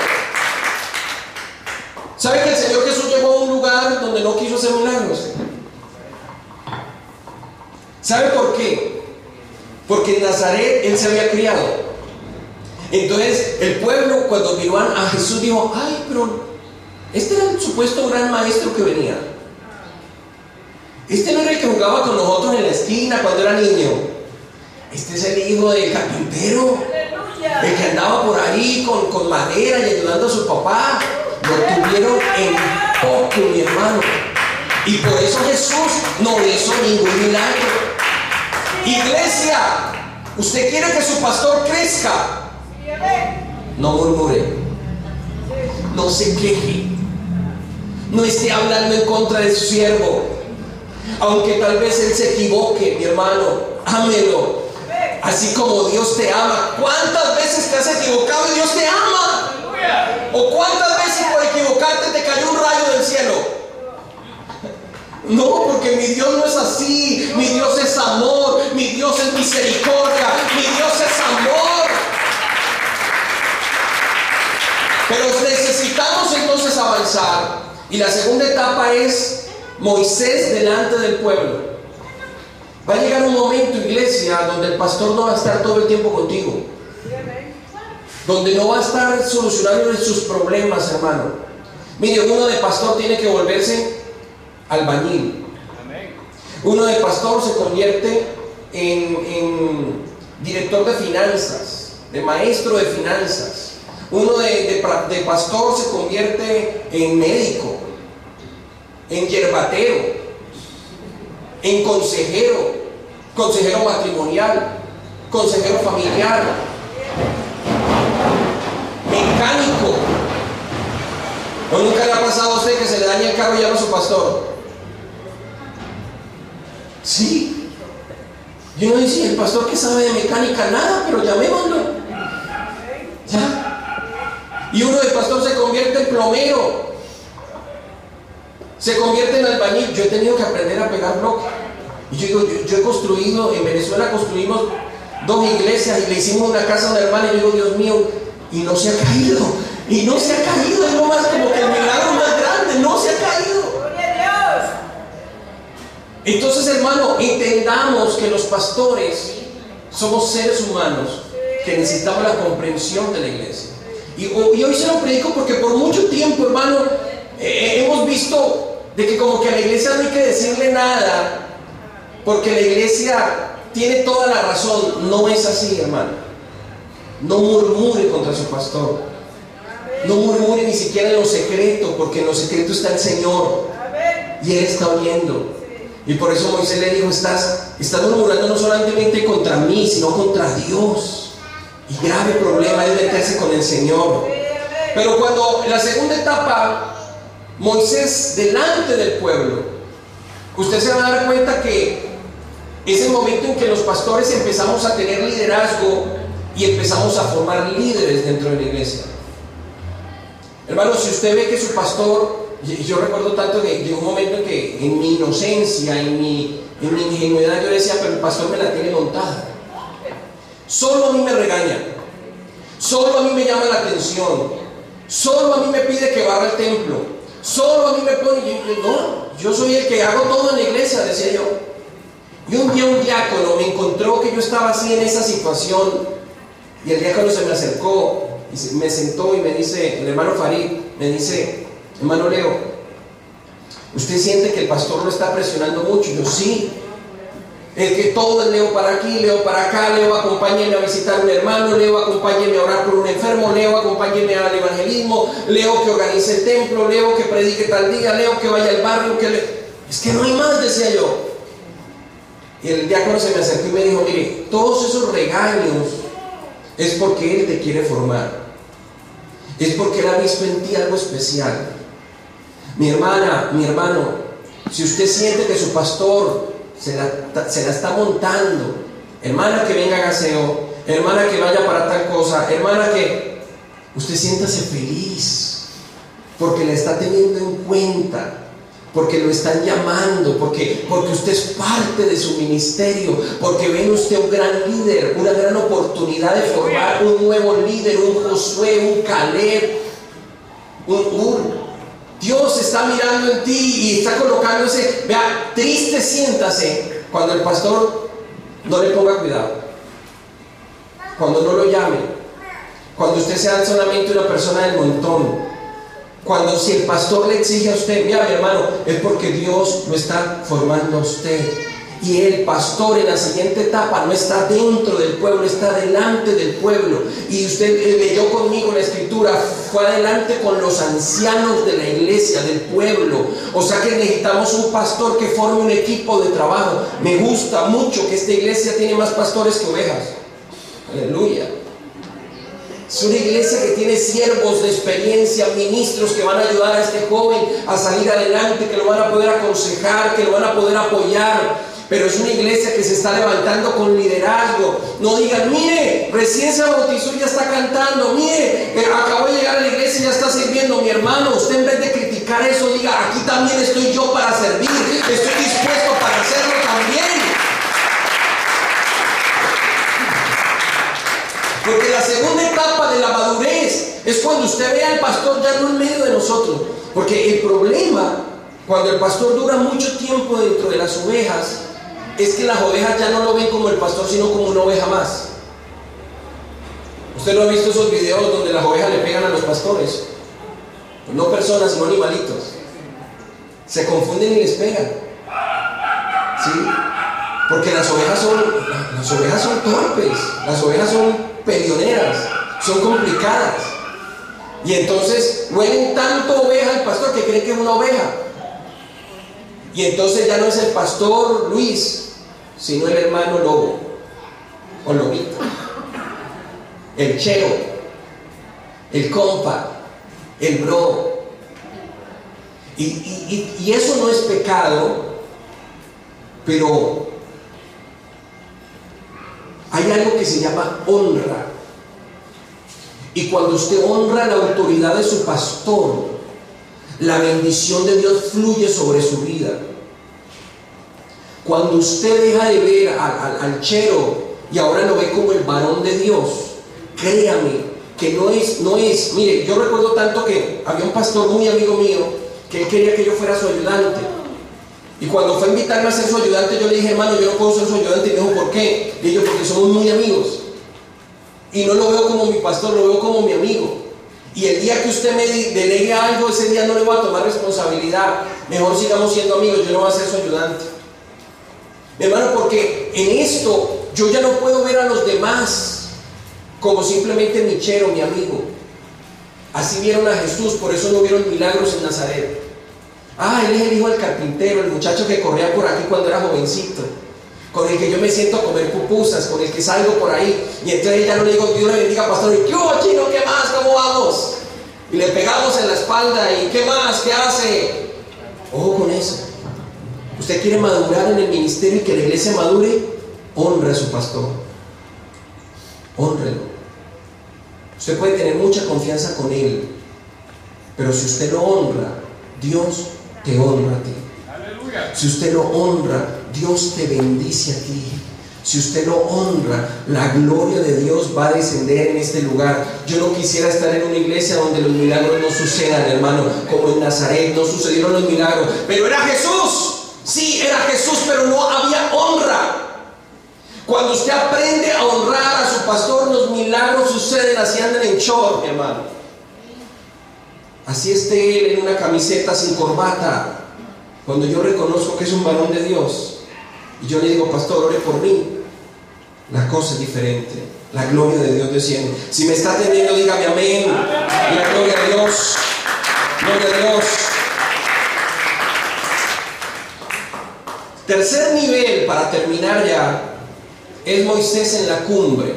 ¿Sabe que el Señor Jesús llegó a un lugar donde no quiso hacer milagros? ¿Sabe por qué? Porque en Nazaret él se había criado. Entonces el pueblo, cuando miró a Jesús, dijo: ay, pero este era el supuesto gran maestro que venía. Este no era el que jugaba con nosotros en la esquina cuando era niño. Este es el hijo del carpintero, el que andaba por ahí con, con madera y ayudando a su papá. Lo tuvieron en poco, mi hermano. Y por eso Jesús no hizo ningún milagro. Iglesia, usted quiere que su pastor crezca, no murmure, no se queje, no esté hablando en contra de su siervo. Aunque tal vez él se equivoque, mi hermano, ámelo, así como Dios te ama. ¿Cuántas veces te has equivocado y Dios te ama? ¿O cuántas veces por equivocarte te cayó un rayo del cielo? No, porque mi Dios no es así. Mi Dios es amor, mi Dios es misericordia, mi Dios es amor. Pero necesitamos entonces avanzar. Y la segunda etapa es Moisés delante del pueblo. Va a llegar un momento, iglesia, donde el pastor no va a estar todo el tiempo contigo. donde no va a estar solucionando sus problemas, hermano. Mire, uno de pastor tiene que volverse albañil. Uno de pastor se convierte en, en director de finanzas, de maestro de finanzas. Uno de, de, de pastor se convierte en médico, en yerbatero, en consejero, consejero matrimonial, consejero familiar, mecánico. ¿O nunca le ha pasado a usted que se le daña el carro y llama a su pastor? Sí. Yo no decía, el pastor que sabe de mecánica nada, pero llamémoslo. ¿Ya? Y uno de pastor se convierte en plomero, se convierte en albañil. Yo he tenido que aprender a pegar bloques. Y yo digo, yo, yo he construido, en Venezuela construimos dos iglesias y le hicimos una casa a una hermana y yo digo, Dios mío, y no se ha caído. Y no se ha caído, es lo más como que el milagro más grande, no se ha caído. Entonces, hermano, entendamos que los pastores somos seres humanos que necesitamos la comprensión de la iglesia. Y, y hoy se lo predico porque por mucho tiempo, hermano, eh, hemos visto de que como que a la iglesia no hay que decirle nada, porque la iglesia tiene toda la razón. No es así, hermano. No murmure contra su pastor. No murmure ni siquiera en lo secreto, porque en lo secreto está el Señor y Él está oyendo. Y por eso Moisés le dijo, estás, estás murmurando no solamente contra mí, sino contra Dios. Y grave problema es meterse con el Señor. Pero cuando en la segunda etapa, Moisés delante del pueblo, usted se va a dar cuenta que es el momento en que los pastores empezamos a tener liderazgo y empezamos a formar líderes dentro de la iglesia. Hermano, si usted ve que su pastor, yo recuerdo tanto que llegó un momento en que en mi inocencia, en mi, en mi ingenuidad, yo decía, pero el pastor me la tiene montada. Solo a mí me regaña, solo a mí me llama la atención, solo a mí me pide que barra el templo, solo a mí me pone, yo, yo, no, yo soy el que hago todo en la iglesia, decía yo. Y un día un diácono me encontró que yo estaba así en esa situación, y el diácono se me acercó y me sentó y me dice, el hermano Farid, me dice, hermano Leo, ¿usted siente que el pastor lo está presionando mucho? Y yo, sí. El que todo es Leo para aquí, Leo para acá, Leo acompáñeme a visitar a un hermano, Leo acompáñeme a orar por un enfermo, Leo acompáñeme al evangelismo, Leo que organice el templo, Leo que predique tal día, Leo que vaya al barrio, que le... es que no hay más, decía yo. Y el diácono se me acercó y me dijo, mire, todos esos regaños es porque Él te quiere formar, es porque Él ha visto en ti algo especial. Mi hermana, mi hermano, si usted siente que su pastor se la, se la está montando, hermana que venga a gaseo, hermana que vaya para tal cosa, hermana que... usted siéntase feliz, porque la está teniendo en cuenta, porque lo están llamando, porque, porque usted es parte de su ministerio, porque ve en usted un gran líder, una gran oportunidad de formar un nuevo líder, un Josué, un Caleb, un Ur. Dios está mirando en ti y está colocándose. Vea, triste siéntase cuando el pastor no le ponga cuidado, cuando no lo llame, cuando usted sea solamente una persona del montón. Cuando si el pastor le exige a usted, mira mi hermano, es porque Dios lo está formando a usted. Y el pastor en la siguiente etapa no está dentro del pueblo, está delante del pueblo. Y usted leyó conmigo la escritura, fue adelante con los ancianos de la iglesia, del pueblo. O sea que necesitamos un pastor que forme un equipo de trabajo. Me gusta mucho que esta iglesia tiene más pastores que ovejas. Aleluya. Es una iglesia que tiene siervos de experiencia, ministros que van a ayudar a este joven a salir adelante, que lo van a poder aconsejar, que lo van a poder apoyar. Pero es una iglesia que se está levantando con liderazgo. No digan, mire, recién se bautizó y ya está cantando. Mire, eh, acabó de llegar a la iglesia y ya está sirviendo. Mi hermano, usted en vez de criticar eso, diga, aquí también estoy yo para servir. Estoy dispuesto para hacerlo también. Porque la segunda etapa de la madurez es cuando usted ve al pastor ya no en medio de nosotros. Porque el problema, cuando el pastor dura mucho tiempo dentro de las ovejas, es que las ovejas ya no lo ven como el pastor, sino como una oveja más. Usted no ha visto esos videos donde las ovejas le pegan a los pastores. Pues no personas, sino animalitos. Se confunden y les pegan. ¿Sí? Porque las ovejas son, las ovejas son torpes, las ovejas son peleoneras, son complicadas. Y entonces huelen tanto oveja al pastor que cree que es una oveja. Y entonces ya no es el pastor Luis, sino el hermano lobo o lobito, el chero, el compa, el bro. Y, y, y eso no es pecado, pero hay algo que se llama honra. Y cuando usted honra la autoridad de su pastor, la bendición de Dios fluye sobre su vida. Cuando usted deja de ver al, al, al chero y ahora lo ve como el varón de Dios, créame que no es, no es, mire, yo recuerdo tanto que había un pastor muy amigo mío que él quería que yo fuera su ayudante. Y cuando fue a invitarme a ser su ayudante, yo le dije, hermano, yo no puedo ser su ayudante. Y me dijo, ¿por qué? Le dije, porque somos muy amigos. Y no lo veo como mi pastor, lo veo como mi amigo. Y el día que usted me delegue algo, ese día no le voy a tomar responsabilidad. Mejor sigamos siendo amigos, yo no voy a ser su ayudante. Mi hermano, porque en esto yo ya no puedo ver a los demás como simplemente mi chero, mi amigo. Así vieron a Jesús, por eso no vieron milagros en Nazaret. Ah, él es el hijo del carpintero, el muchacho que corría por aquí cuando era jovencito, con el que yo me siento a comer pupusas, con el que salgo por ahí. Y entonces ya no le digo, Dios le bendiga, pastor, y ¿qué hubo, chino? ¿Qué más? ¿Cómo vamos? Y le pegamos en la espalda, y ¿qué más? ¿Qué hace? Ojo con eso. Usted quiere madurar en el ministerio y que la iglesia madure, honre a su pastor. Hónrelo. Usted puede tener mucha confianza con él, pero si usted lo honra, Dios te honra a ti. Aleluya. Si usted lo honra, Dios te bendice a ti. Si usted lo honra, la gloria de Dios va a descender en este lugar. Yo no quisiera estar en una iglesia donde los milagros no sucedan, hermano, como en Nazaret no sucedieron los milagros. Pero era Jesús, sí, era Jesús, pero no había honra. Cuando usted aprende a honrar a su pastor, los milagros suceden, así andan en short, mi hermano. Así esté él en una camiseta sin corbata. Cuando yo reconozco que es un varón de Dios y yo le digo, pastor, ore por mí, la cosa es diferente. La gloria de Dios desciende. Si me está atendiendo, dígame amén. Y la gloria a Dios. Gloria a Dios. Tercer nivel, para terminar ya, es Moisés en la cumbre.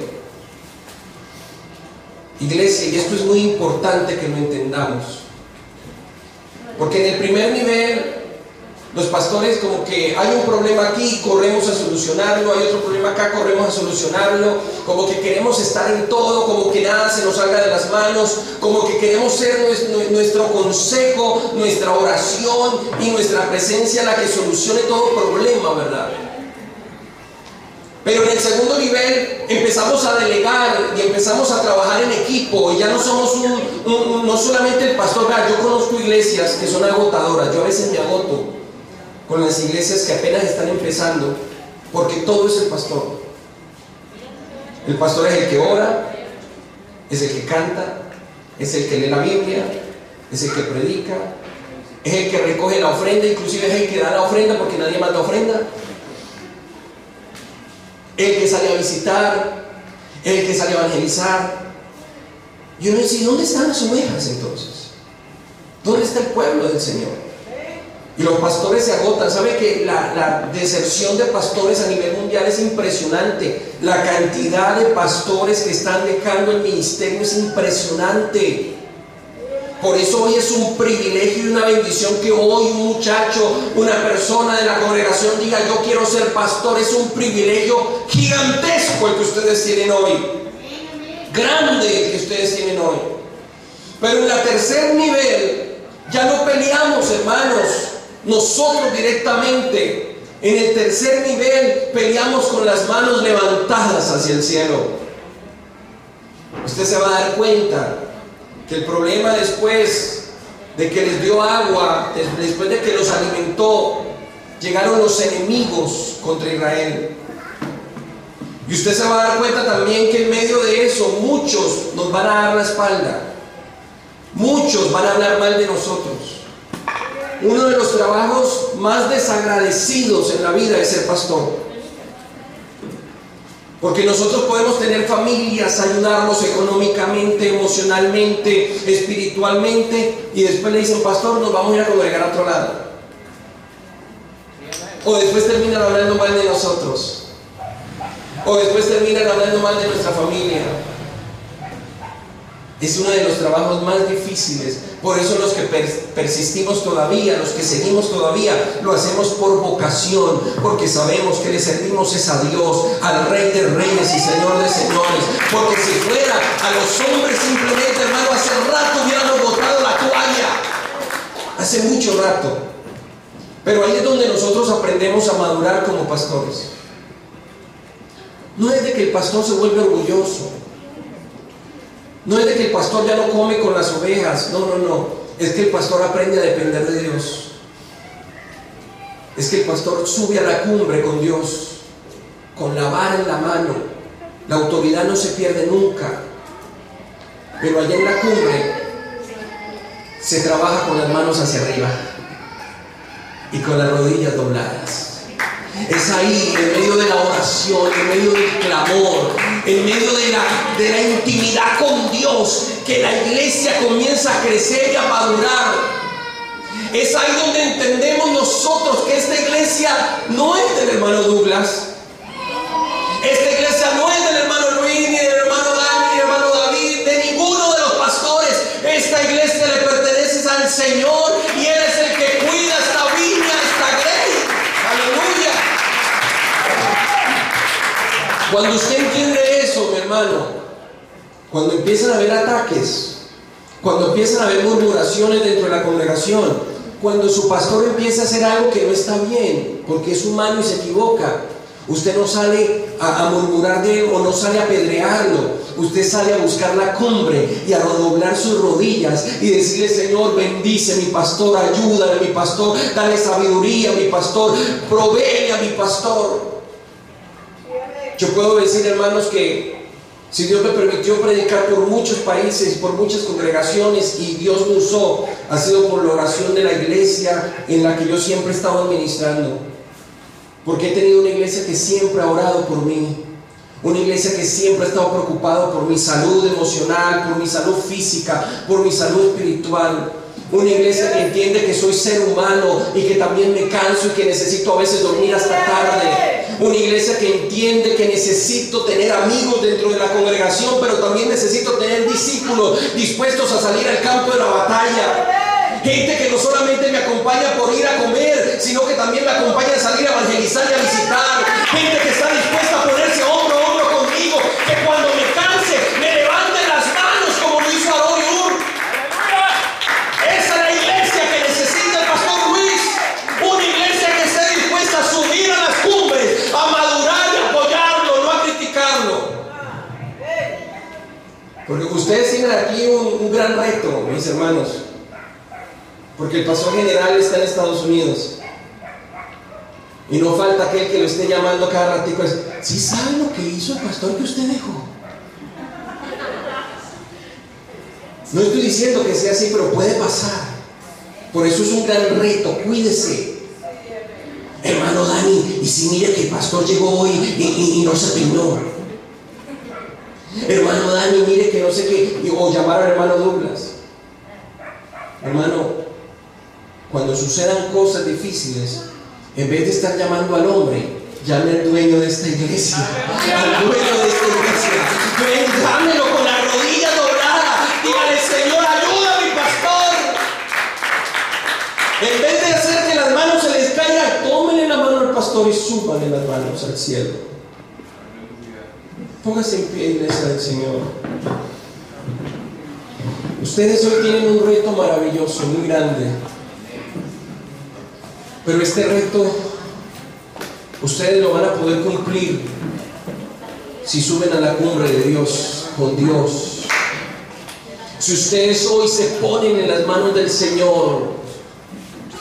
Iglesia, y esto es muy importante que lo entendamos, porque en el primer nivel los pastores como que hay un problema aquí, corremos a solucionarlo, hay otro problema acá, corremos a solucionarlo, como que queremos estar en todo, como que nada se nos salga de las manos, como que queremos ser nuestro, nuestro consejo, nuestra oración y nuestra presencia la que solucione todo problema, ¿verdad? Pero en el segundo nivel empezamos a delegar y empezamos a trabajar en equipo, y ya no somos un, un, un no solamente el pastor. Yo conozco iglesias que son agotadoras. Yo a veces me agoto con las iglesias que apenas están empezando, porque todo es el pastor. El pastor es el que ora, es el que canta, es el que lee la Biblia, es el que predica, es el que recoge la ofrenda, inclusive es el que da la ofrenda porque nadie manda ofrenda, el que sale a visitar, el que sale a evangelizar. Y uno dice, ¿dónde están las ovejas entonces? ¿Dónde está el pueblo del Señor? Y los pastores se agotan. ¿Sabe que la, la deserción de pastores a nivel mundial es impresionante? La cantidad de pastores que están dejando el ministerio es impresionante. Por eso hoy es un privilegio y una bendición que hoy un muchacho, una persona de la congregación diga, yo quiero ser pastor. Es un privilegio gigantesco el que ustedes tienen hoy. Grande el que ustedes tienen hoy. Pero en el tercer nivel ya no peleamos, hermanos, nosotros directamente. En el tercer nivel peleamos con las manos levantadas hacia el cielo. Usted se va a dar cuenta que el problema después de que les dio agua, después de que los alimentó, llegaron los enemigos contra Israel. Y usted se va a dar cuenta también que en medio de eso muchos nos van a dar la espalda. Muchos van a hablar mal de nosotros. Uno de los trabajos más desagradecidos en la vida es ser pastor. Porque nosotros podemos tener familias, ayudarlos económicamente, emocionalmente, espiritualmente, y después le dicen, pastor, nos vamos a ir a congregar a otro lado. O después terminan hablando mal de nosotros. O después terminan hablando mal de nuestra familia. Es uno de los trabajos más difíciles. Por eso los que persistimos todavía, los que seguimos todavía, lo hacemos por vocación, porque sabemos que le servimos es a Dios, al Rey de Reyes y Señor de Señores. Porque si fuera a los hombres simplemente, hermano, hace rato hubiéramos botado la toalla. Hace mucho rato. Pero ahí es donde nosotros aprendemos a madurar como pastores. No es de que el pastor se vuelve orgulloso. No es de que el pastor ya no come con las ovejas. No, no, no. Es que el pastor aprende a depender de Dios. Es que el pastor sube a la cumbre con Dios, con la vara en la mano. La autoridad no se pierde nunca. Pero allá en la cumbre se trabaja con las manos hacia arriba y con las rodillas dobladas. Es ahí, en medio de la oración, en medio del clamor, en medio de la, de la intimidad con Dios, que la iglesia comienza a crecer y a madurar. Es ahí donde entendemos nosotros que esta iglesia no es del hermano Douglas. Esta iglesia no es del hermano Luis, ni del hermano Dani, ni del hermano David, de ninguno de los pastores. Esta iglesia le pertenece al Señor y Él es el que cuida esta viña, esta grey. Aleluya. Cuando usted entiende eso, mi hermano, cuando empiezan a haber ataques, cuando empiezan a haber murmuraciones dentro de la congregación, cuando su pastor empieza a hacer algo que no está bien, porque es humano y se equivoca, usted no sale a, a murmurar de él o no sale a apedrearlo. Usted sale a buscar la cumbre y a redoblar sus rodillas y decirle, Señor, bendice a mi pastor, ayúdale a mi pastor, dale sabiduría a mi pastor, provee a mi pastor. Yo puedo decir, hermanos, que si Dios me permitió predicar por muchos países, por muchas congregaciones, y Dios me usó, ha sido por la oración de la iglesia en la que yo siempre he estado administrando. Porque he tenido una iglesia que siempre ha orado por mí. Una iglesia que siempre ha estado preocupada por mi salud emocional, por mi salud física, por mi salud espiritual. Una iglesia que entiende que soy ser humano y que también me canso y que necesito a veces dormir hasta tarde. Una iglesia que entiende que necesito tener amigos dentro de la congregación, pero también necesito tener discípulos dispuestos a salir al campo de la batalla. Gente que no solamente me acompaña por ir a comer, sino que también me acompaña a salir a evangelizar y a visitar. Gente que está dispuesta a ponerse hombro a hombro conmigo, que cuando me canse me levante las manos como lo hizo Aarón y Hur. Esa es la iglesia que necesita el pastor Luis. Una iglesia que esté dispuesta a subir a las cumbres, a madurar y apoyarlo, no a criticarlo. Porque ustedes tienen aquí un, un gran reto, mis hermanos. Porque el pastor general está en Estados Unidos. Y no falta aquel que lo esté llamando cada ratito. ¿Sí sabe lo que hizo el pastor que usted dejó? No estoy diciendo que sea así, pero puede pasar. Por eso es un gran reto. Cuídese. Hermano Dani, y si mire que el pastor llegó hoy y, y, y no se peinó. Hermano Dani, mire que no sé qué. O llamar al hermano Douglas. Hermano, cuando sucedan cosas difíciles, en vez de estar llamando al hombre, llame al dueño de esta iglesia. Al dueño de esta iglesia. Llámelo con la rodilla doblada. Dígale, Señor, ayuda a mi pastor. En vez de hacer que las manos se les caigan, tómenle la mano al pastor y súbanle las manos al cielo. Póngase en pie, iglesia del Señor. Ustedes hoy tienen un reto maravilloso, muy grande. Pero este reto ustedes lo van a poder cumplir si suben a la cumbre de Dios, con Dios. Si ustedes hoy se ponen en las manos del Señor,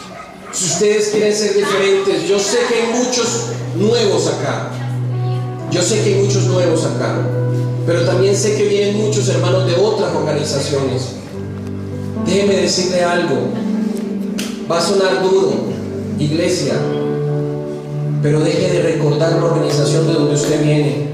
si ustedes quieren ser diferentes. Yo sé que hay muchos nuevos acá. Yo sé que hay muchos nuevos acá, pero también sé que vienen muchos hermanos de otras organizaciones. Déjeme decirle algo. Va a sonar duro, iglesia, pero deje de recordar la organización de donde usted viene.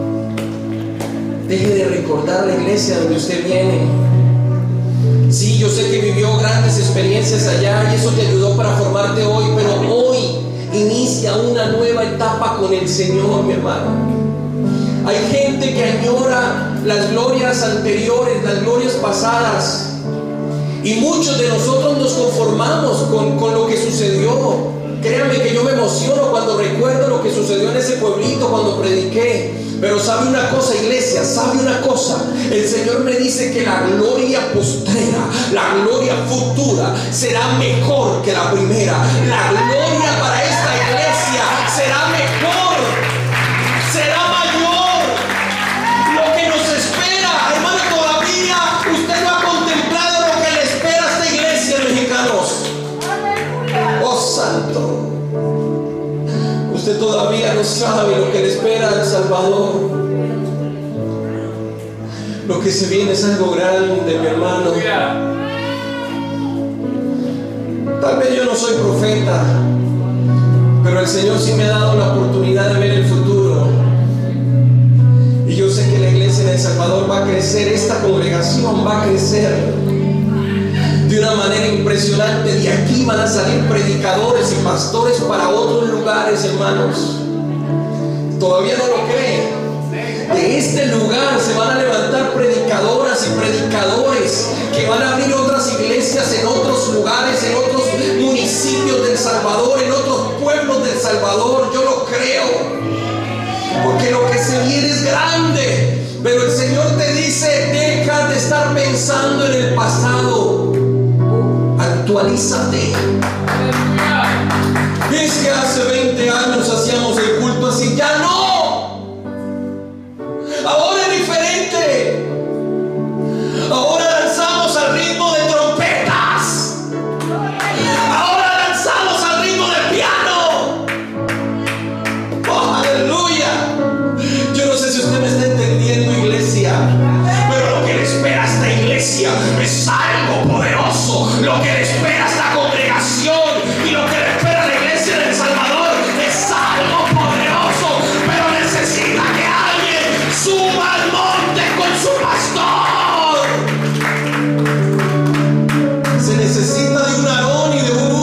Deje de recordar la iglesia de donde usted viene. Sí, yo sé que vivió grandes experiencias allá y eso te ayudó para formarte hoy, pero hoy inicia una nueva etapa con el Señor, mi hermano. Hay gente que añora las glorias anteriores, las glorias pasadas, y muchos de nosotros nos conformamos con, con lo que sucedió. Créanme que yo me emociono cuando recuerdo lo que sucedió en ese pueblito cuando prediqué. Pero sabe una cosa, iglesia, sabe una cosa. El Señor me dice que la gloria postrera, la gloria futura será mejor que la primera. La gloria para esta iglesia será mejor, será mayor. Lo que nos espera, hermano, todavía usted no ha contemplado lo que le espera a esta iglesia, mexicanos. Oh, santo. Usted todavía no sabe lo que le espera al Salvador. Lo que se viene es algo grande, mi hermano. Tal vez yo no soy profeta, pero el Señor sí me ha dado la oportunidad de ver el futuro. Y yo sé que la iglesia de El Salvador va a crecer, esta congregación va a crecer de una manera impresionante. De aquí van a salir predicadores y pastores para otros lugares, hermanos. ¿Todavía no lo creen? De este lugar se van a levantar predicadoras y predicadores que van a abrir otras iglesias en otros lugares, en otros municipios de El Salvador, en otros pueblos de El Salvador. Yo lo creo, porque lo que se viene es grande. Pero el Señor te dice: deja de estar pensando en el pasado, actualízate. Es que hace veinte años hacíamos el culto así, ya no. Ahora es diferente. Ahora danzamos al ritmo de trompetas. Ahora danzamos al ritmo de piano. Oh, aleluya. Yo no sé si usted me está entendiendo, iglesia, pero lo que le espera a esta iglesia es algo poderoso. Lo que le espera a esta congregación y lo que le espera a la iglesia de El Salvador es algo poderoso. Pero necesita que alguien suba al monte con su pastor. Se necesita de un Aarón y de un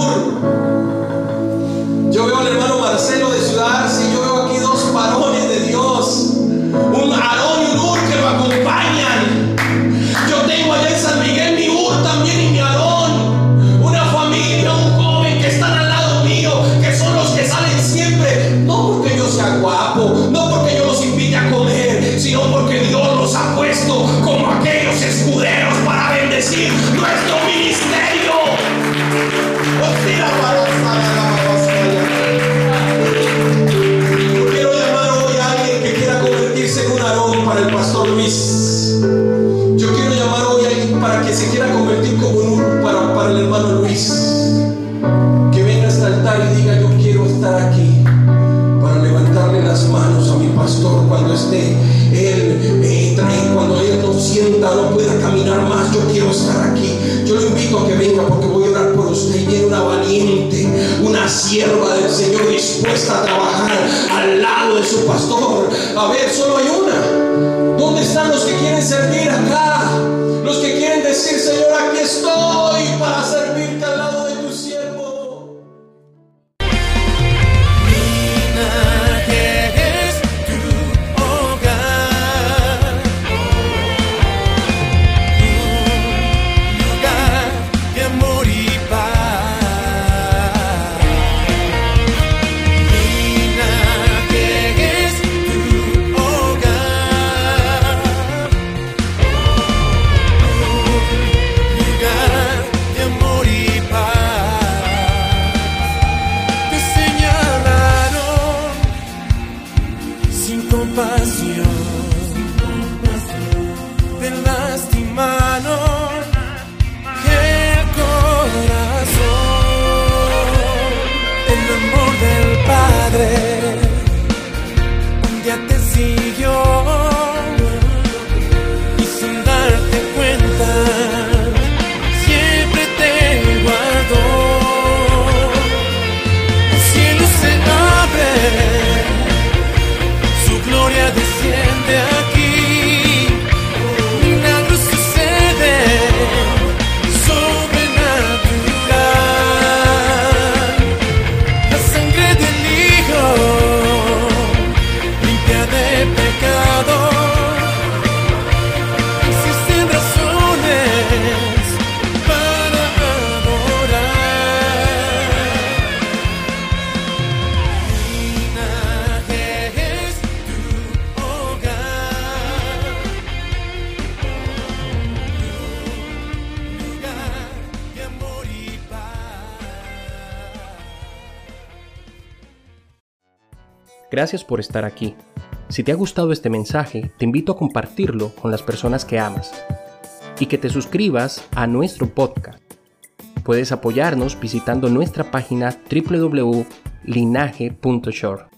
Hur. Yo veo al hermano Marcelo de Ciudad Arce y yo veo aquí dos varones de Dios, un Aarón y un Hur que lo acompañan. Yo tengo allá en San Miguel mi Hur también y mi Aarón, una familia, un joven que están al lado mío, que son los que salen siempre, no porque yo sea guapo, no porque yo los invite a comer, sino porque Dios los ha puesto como aquellos escuderos para bendecir nuestro ministerio. Yo quiero llamar hoy a alguien que quiera convertirse en un Aarón para el pastor Luis. Yo quiero llamar hoy a alguien para que se quiera convertir como un Hur para, para el hermano Luis. Que venga a este altar y diga: yo quiero estar aquí para levantarle las manos a mi pastor cuando esté él, eh, trae, cuando él no sienta, no pueda caminar más. Yo quiero estar aquí. Yo lo invito a que venga, porque voy a orar por usted. Y viene una valiente, una sierva del Señor dispuesta a trabajar al lado de su pastor. A ver, solo hay una. ¿Dónde están los que quieren servir acá? Los que quieren decir: Señor, aquí estoy para servirte al lado de tu siervo. Un día te Gracias por estar aquí. Si te ha gustado este mensaje, te invito a compartirlo con las personas que amas y que te suscribas a nuestro podcast. Puedes apoyarnos visitando nuestra página doble u doble u doble u punto linaje punto shore.